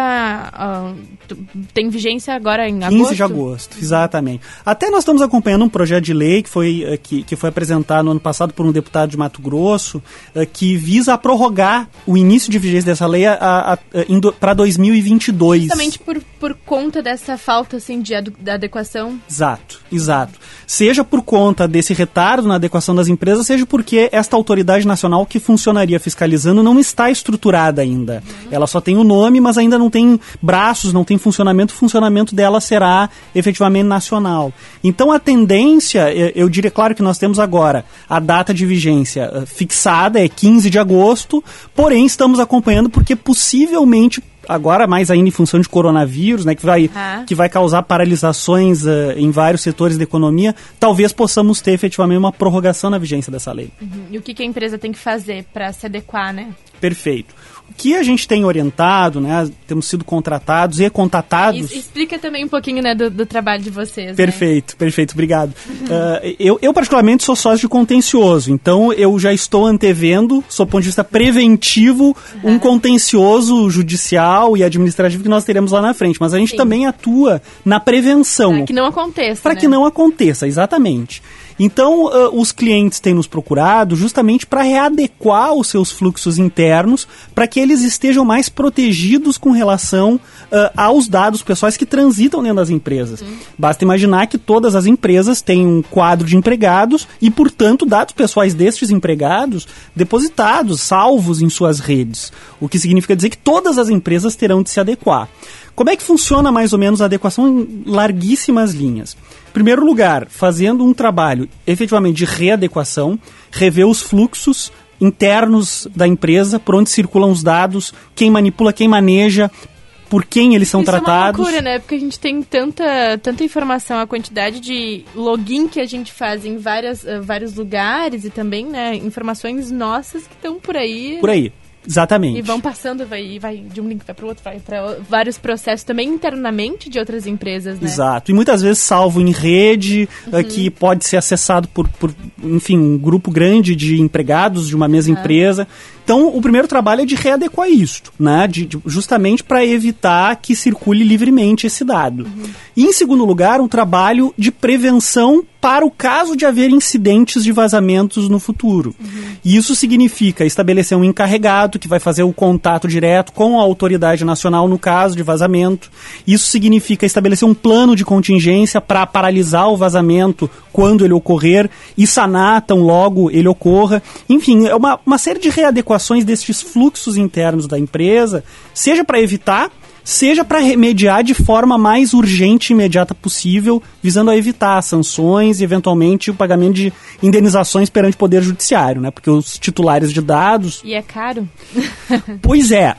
tem vigência agora em
15 de agosto, exatamente. Até nós estamos acompanhando um projeto de lei que foi apresentado no ano passado por um deputado de Mato Grosso, que visa prorrogar o início de vigência dessa lei para 2022.
Justamente por conta dessa falta assim, de adequação.
Exato. Seja por conta desse retardo na adequação das empresas, seja porque esta autoridade nacional que funcionaria fiscalizando não está estruturada ainda. Ela só tem o nome, mas ainda não tem braços, não tem funcionamento. O funcionamento dela será efetivamente nacional. Então a tendência, eu diria, claro que nós temos agora a data de vigência fixada, é 15 de agosto, porém estamos acompanhando porque possivelmente, agora mais ainda em função de coronavírus, né, que vai causar paralisações em vários setores da economia, talvez possamos ter efetivamente uma prorrogação na vigência dessa lei.
Uhum. E o que a empresa tem que fazer para se adequar, né?
Perfeito. O que a gente tem orientado, né, temos sido contratados e contatados...
Explica também um pouquinho, né, do trabalho de vocês.
Perfeito, obrigado. Eu particularmente sou sócio de contencioso, então eu já estou antevendo, sob o ponto de vista preventivo, um contencioso judicial e administrativo que nós teremos lá na frente, mas a gente também atua na prevenção.
Para que não aconteça,
Para que não aconteça, exatamente. Então, os clientes têm nos procurado justamente para readequar os seus fluxos internos para que eles estejam mais protegidos com relação aos dados pessoais que transitam dentro das empresas. Basta imaginar que todas as empresas têm um quadro de empregados e, portanto, dados pessoais destes empregados depositados, salvos em suas redes. O que significa dizer que todas as empresas terão de se adequar. Como é que funciona mais ou menos a adequação em larguíssimas linhas? Em primeiro lugar, fazendo um trabalho efetivamente de readequação, rever os fluxos internos da empresa, por onde circulam os dados, quem manipula, quem maneja, por quem eles são tratados.
Isso é uma loucura, né? Porque a gente tem tanta informação, a quantidade de login que a gente faz em vários lugares e também, né, informações nossas que estão por aí.
Por aí. Exatamente.
E vão passando, vai de um link vai para o outro, vai para vários processos também internamente de outras empresas, né?
Exato. E muitas vezes salvo em rede, que pode ser acessado por, enfim, um grupo grande de empregados de uma mesma empresa. Então, o primeiro trabalho é de readequar isto, né? Justamente para evitar que circule livremente esse dado. E, em segundo lugar, um trabalho de prevenção para o caso de haver incidentes de vazamentos no futuro. E isso significa estabelecer um encarregado que vai fazer o contato direto com a autoridade nacional no caso de vazamento. Isso significa estabelecer um plano de contingência para paralisar o vazamento quando ele ocorrer e sanar tão logo ele ocorra. Enfim, é uma série de readequações destes fluxos internos da empresa, seja para evitar seja para remediar de forma mais urgente e imediata possível, visando a evitar sanções e, eventualmente, o pagamento de indenizações perante o Poder Judiciário, né? Porque os titulares de dados...
E é caro?
Pois é,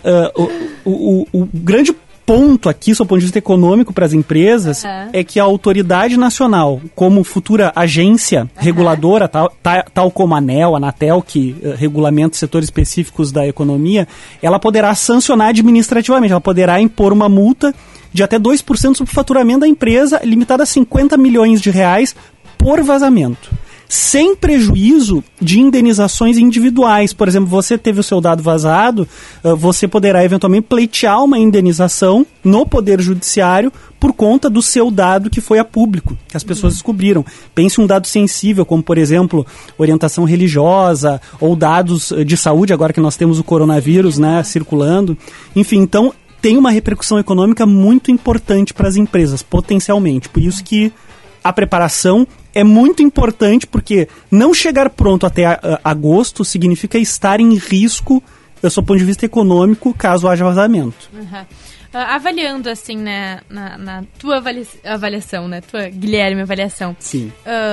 o grande ponto aqui, sob o ponto de vista econômico para as empresas, é que a autoridade nacional, como futura agência reguladora, tal como a ANEEL, a Anatel, que regulamenta setores específicos da economia, ela poderá sancionar administrativamente, ela poderá impor uma multa de até 2% sobre o faturamento da empresa, limitada a 50 milhões de reais por vazamento, sem prejuízo de indenizações individuais. Por exemplo, você teve o seu dado vazado, você poderá eventualmente pleitear uma indenização no Poder Judiciário por conta do seu dado que foi a público, que as pessoas descobriram. Pense um dado sensível, como, por exemplo, orientação religiosa ou dados de saúde, agora que nós temos o coronavírus, né, circulando. Enfim, então, tem uma repercussão econômica muito importante para as empresas, potencialmente. Por isso que a preparação é muito importante, porque não chegar pronto até agosto significa estar em risco, do seu ponto de vista econômico, caso haja vazamento.
Avaliando, assim, né, na tua avaliação, né, tua, Guilherme, avaliação.
Sim.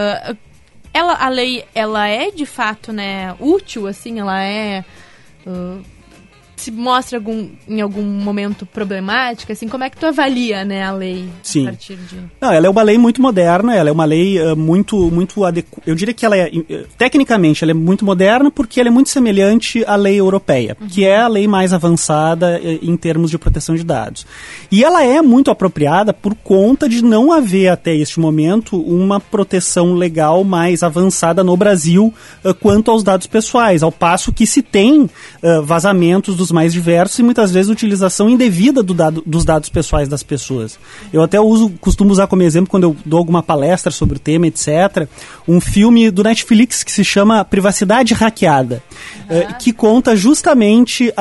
A lei, ela é, de fato, né, útil, assim, ela é... se mostra em algum momento problemática, assim, como é que tu avalia, né, a lei?
Sim.
A partir de...
Não, ela é uma lei muito moderna, ela é uma lei muito adequada. Eu diria que ela é, tecnicamente, ela é muito moderna porque ela é muito semelhante à lei europeia, que é a lei mais avançada em termos de proteção de dados. E ela é muito apropriada por conta de não haver, até este momento, uma proteção legal mais avançada no Brasil quanto aos dados pessoais, ao passo que se tem vazamentos dos mais diversos e muitas vezes utilização indevida dos dados pessoais das pessoas. Eu até costumo usar como exemplo, quando eu dou alguma palestra sobre o tema, etc., um filme do Netflix que se chama Privacidade Hackeada, que conta justamente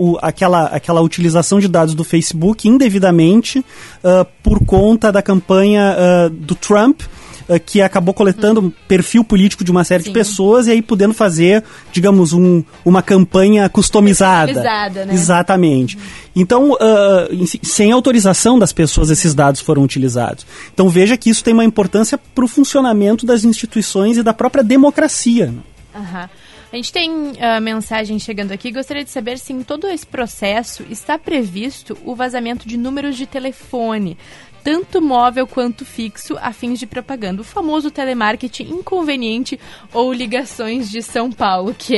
aquela utilização de dados do Facebook indevidamente por conta da campanha do Trump, que acabou coletando um perfil político de uma série de pessoas e aí podendo fazer, digamos, uma campanha customizada.
Né?
Exatamente. Então, sem autorização das pessoas, esses dados foram utilizados. Então, veja que isso tem uma importância para o funcionamento das instituições e da própria democracia.
A gente tem mensagem chegando aqui. Gostaria de saber se em todo esse processo está previsto o vazamento de números de telefone, tanto móvel quanto fixo, a fins de propaganda. O famoso telemarketing inconveniente ou ligações de São Paulo, que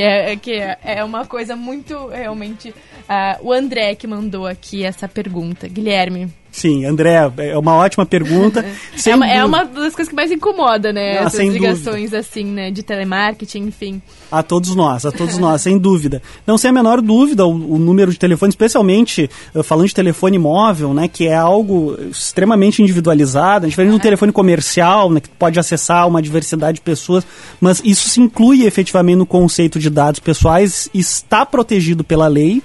é uma coisa muito, realmente... o André que mandou aqui essa pergunta. Guilherme.
Sim, André, é uma ótima pergunta.
É uma das coisas que mais incomoda, né? Essas ligações dúvida. Assim, né? De telemarketing, enfim.
A todos nós, sem dúvida. Não, sem a menor dúvida, o número de telefone, especialmente falando de telefone móvel, né? Que é algo extremamente individualizado, diferente do telefone comercial, né? Que pode acessar uma diversidade de pessoas, mas isso se inclui efetivamente no conceito de dados pessoais, está protegido pela lei,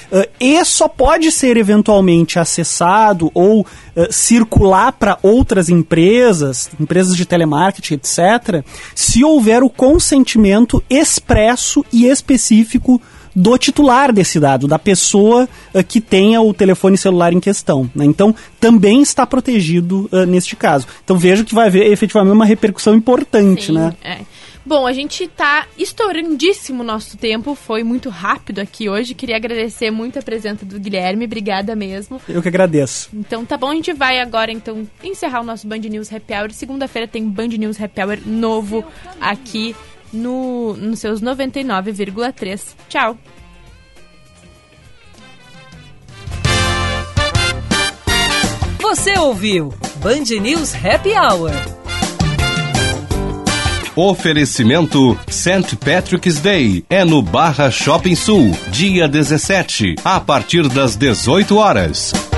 e só pode ser eventualmente acessado ou circular para outras empresas de telemarketing, etc., se houver o consentimento expresso e específico do titular desse dado, da pessoa que tenha o telefone celular em questão, né? Então, também está protegido neste caso. Então, vejo que vai haver efetivamente uma repercussão importante, né?
Bom, a gente tá estourandíssimo o nosso tempo, foi muito rápido aqui hoje. Queria agradecer muito a presença do Guilherme, obrigada mesmo.
Eu que agradeço.
Então tá bom, a gente vai agora então encerrar o nosso Band News Happy Hour. Segunda-feira tem Band News Happy Hour novo aqui nos seus 99,3. Tchau!
Você ouviu Band News Happy Hour.
Oferecimento St. Patrick's Day é no Barra Shopping Sul, dia 17, a partir das 18 horas.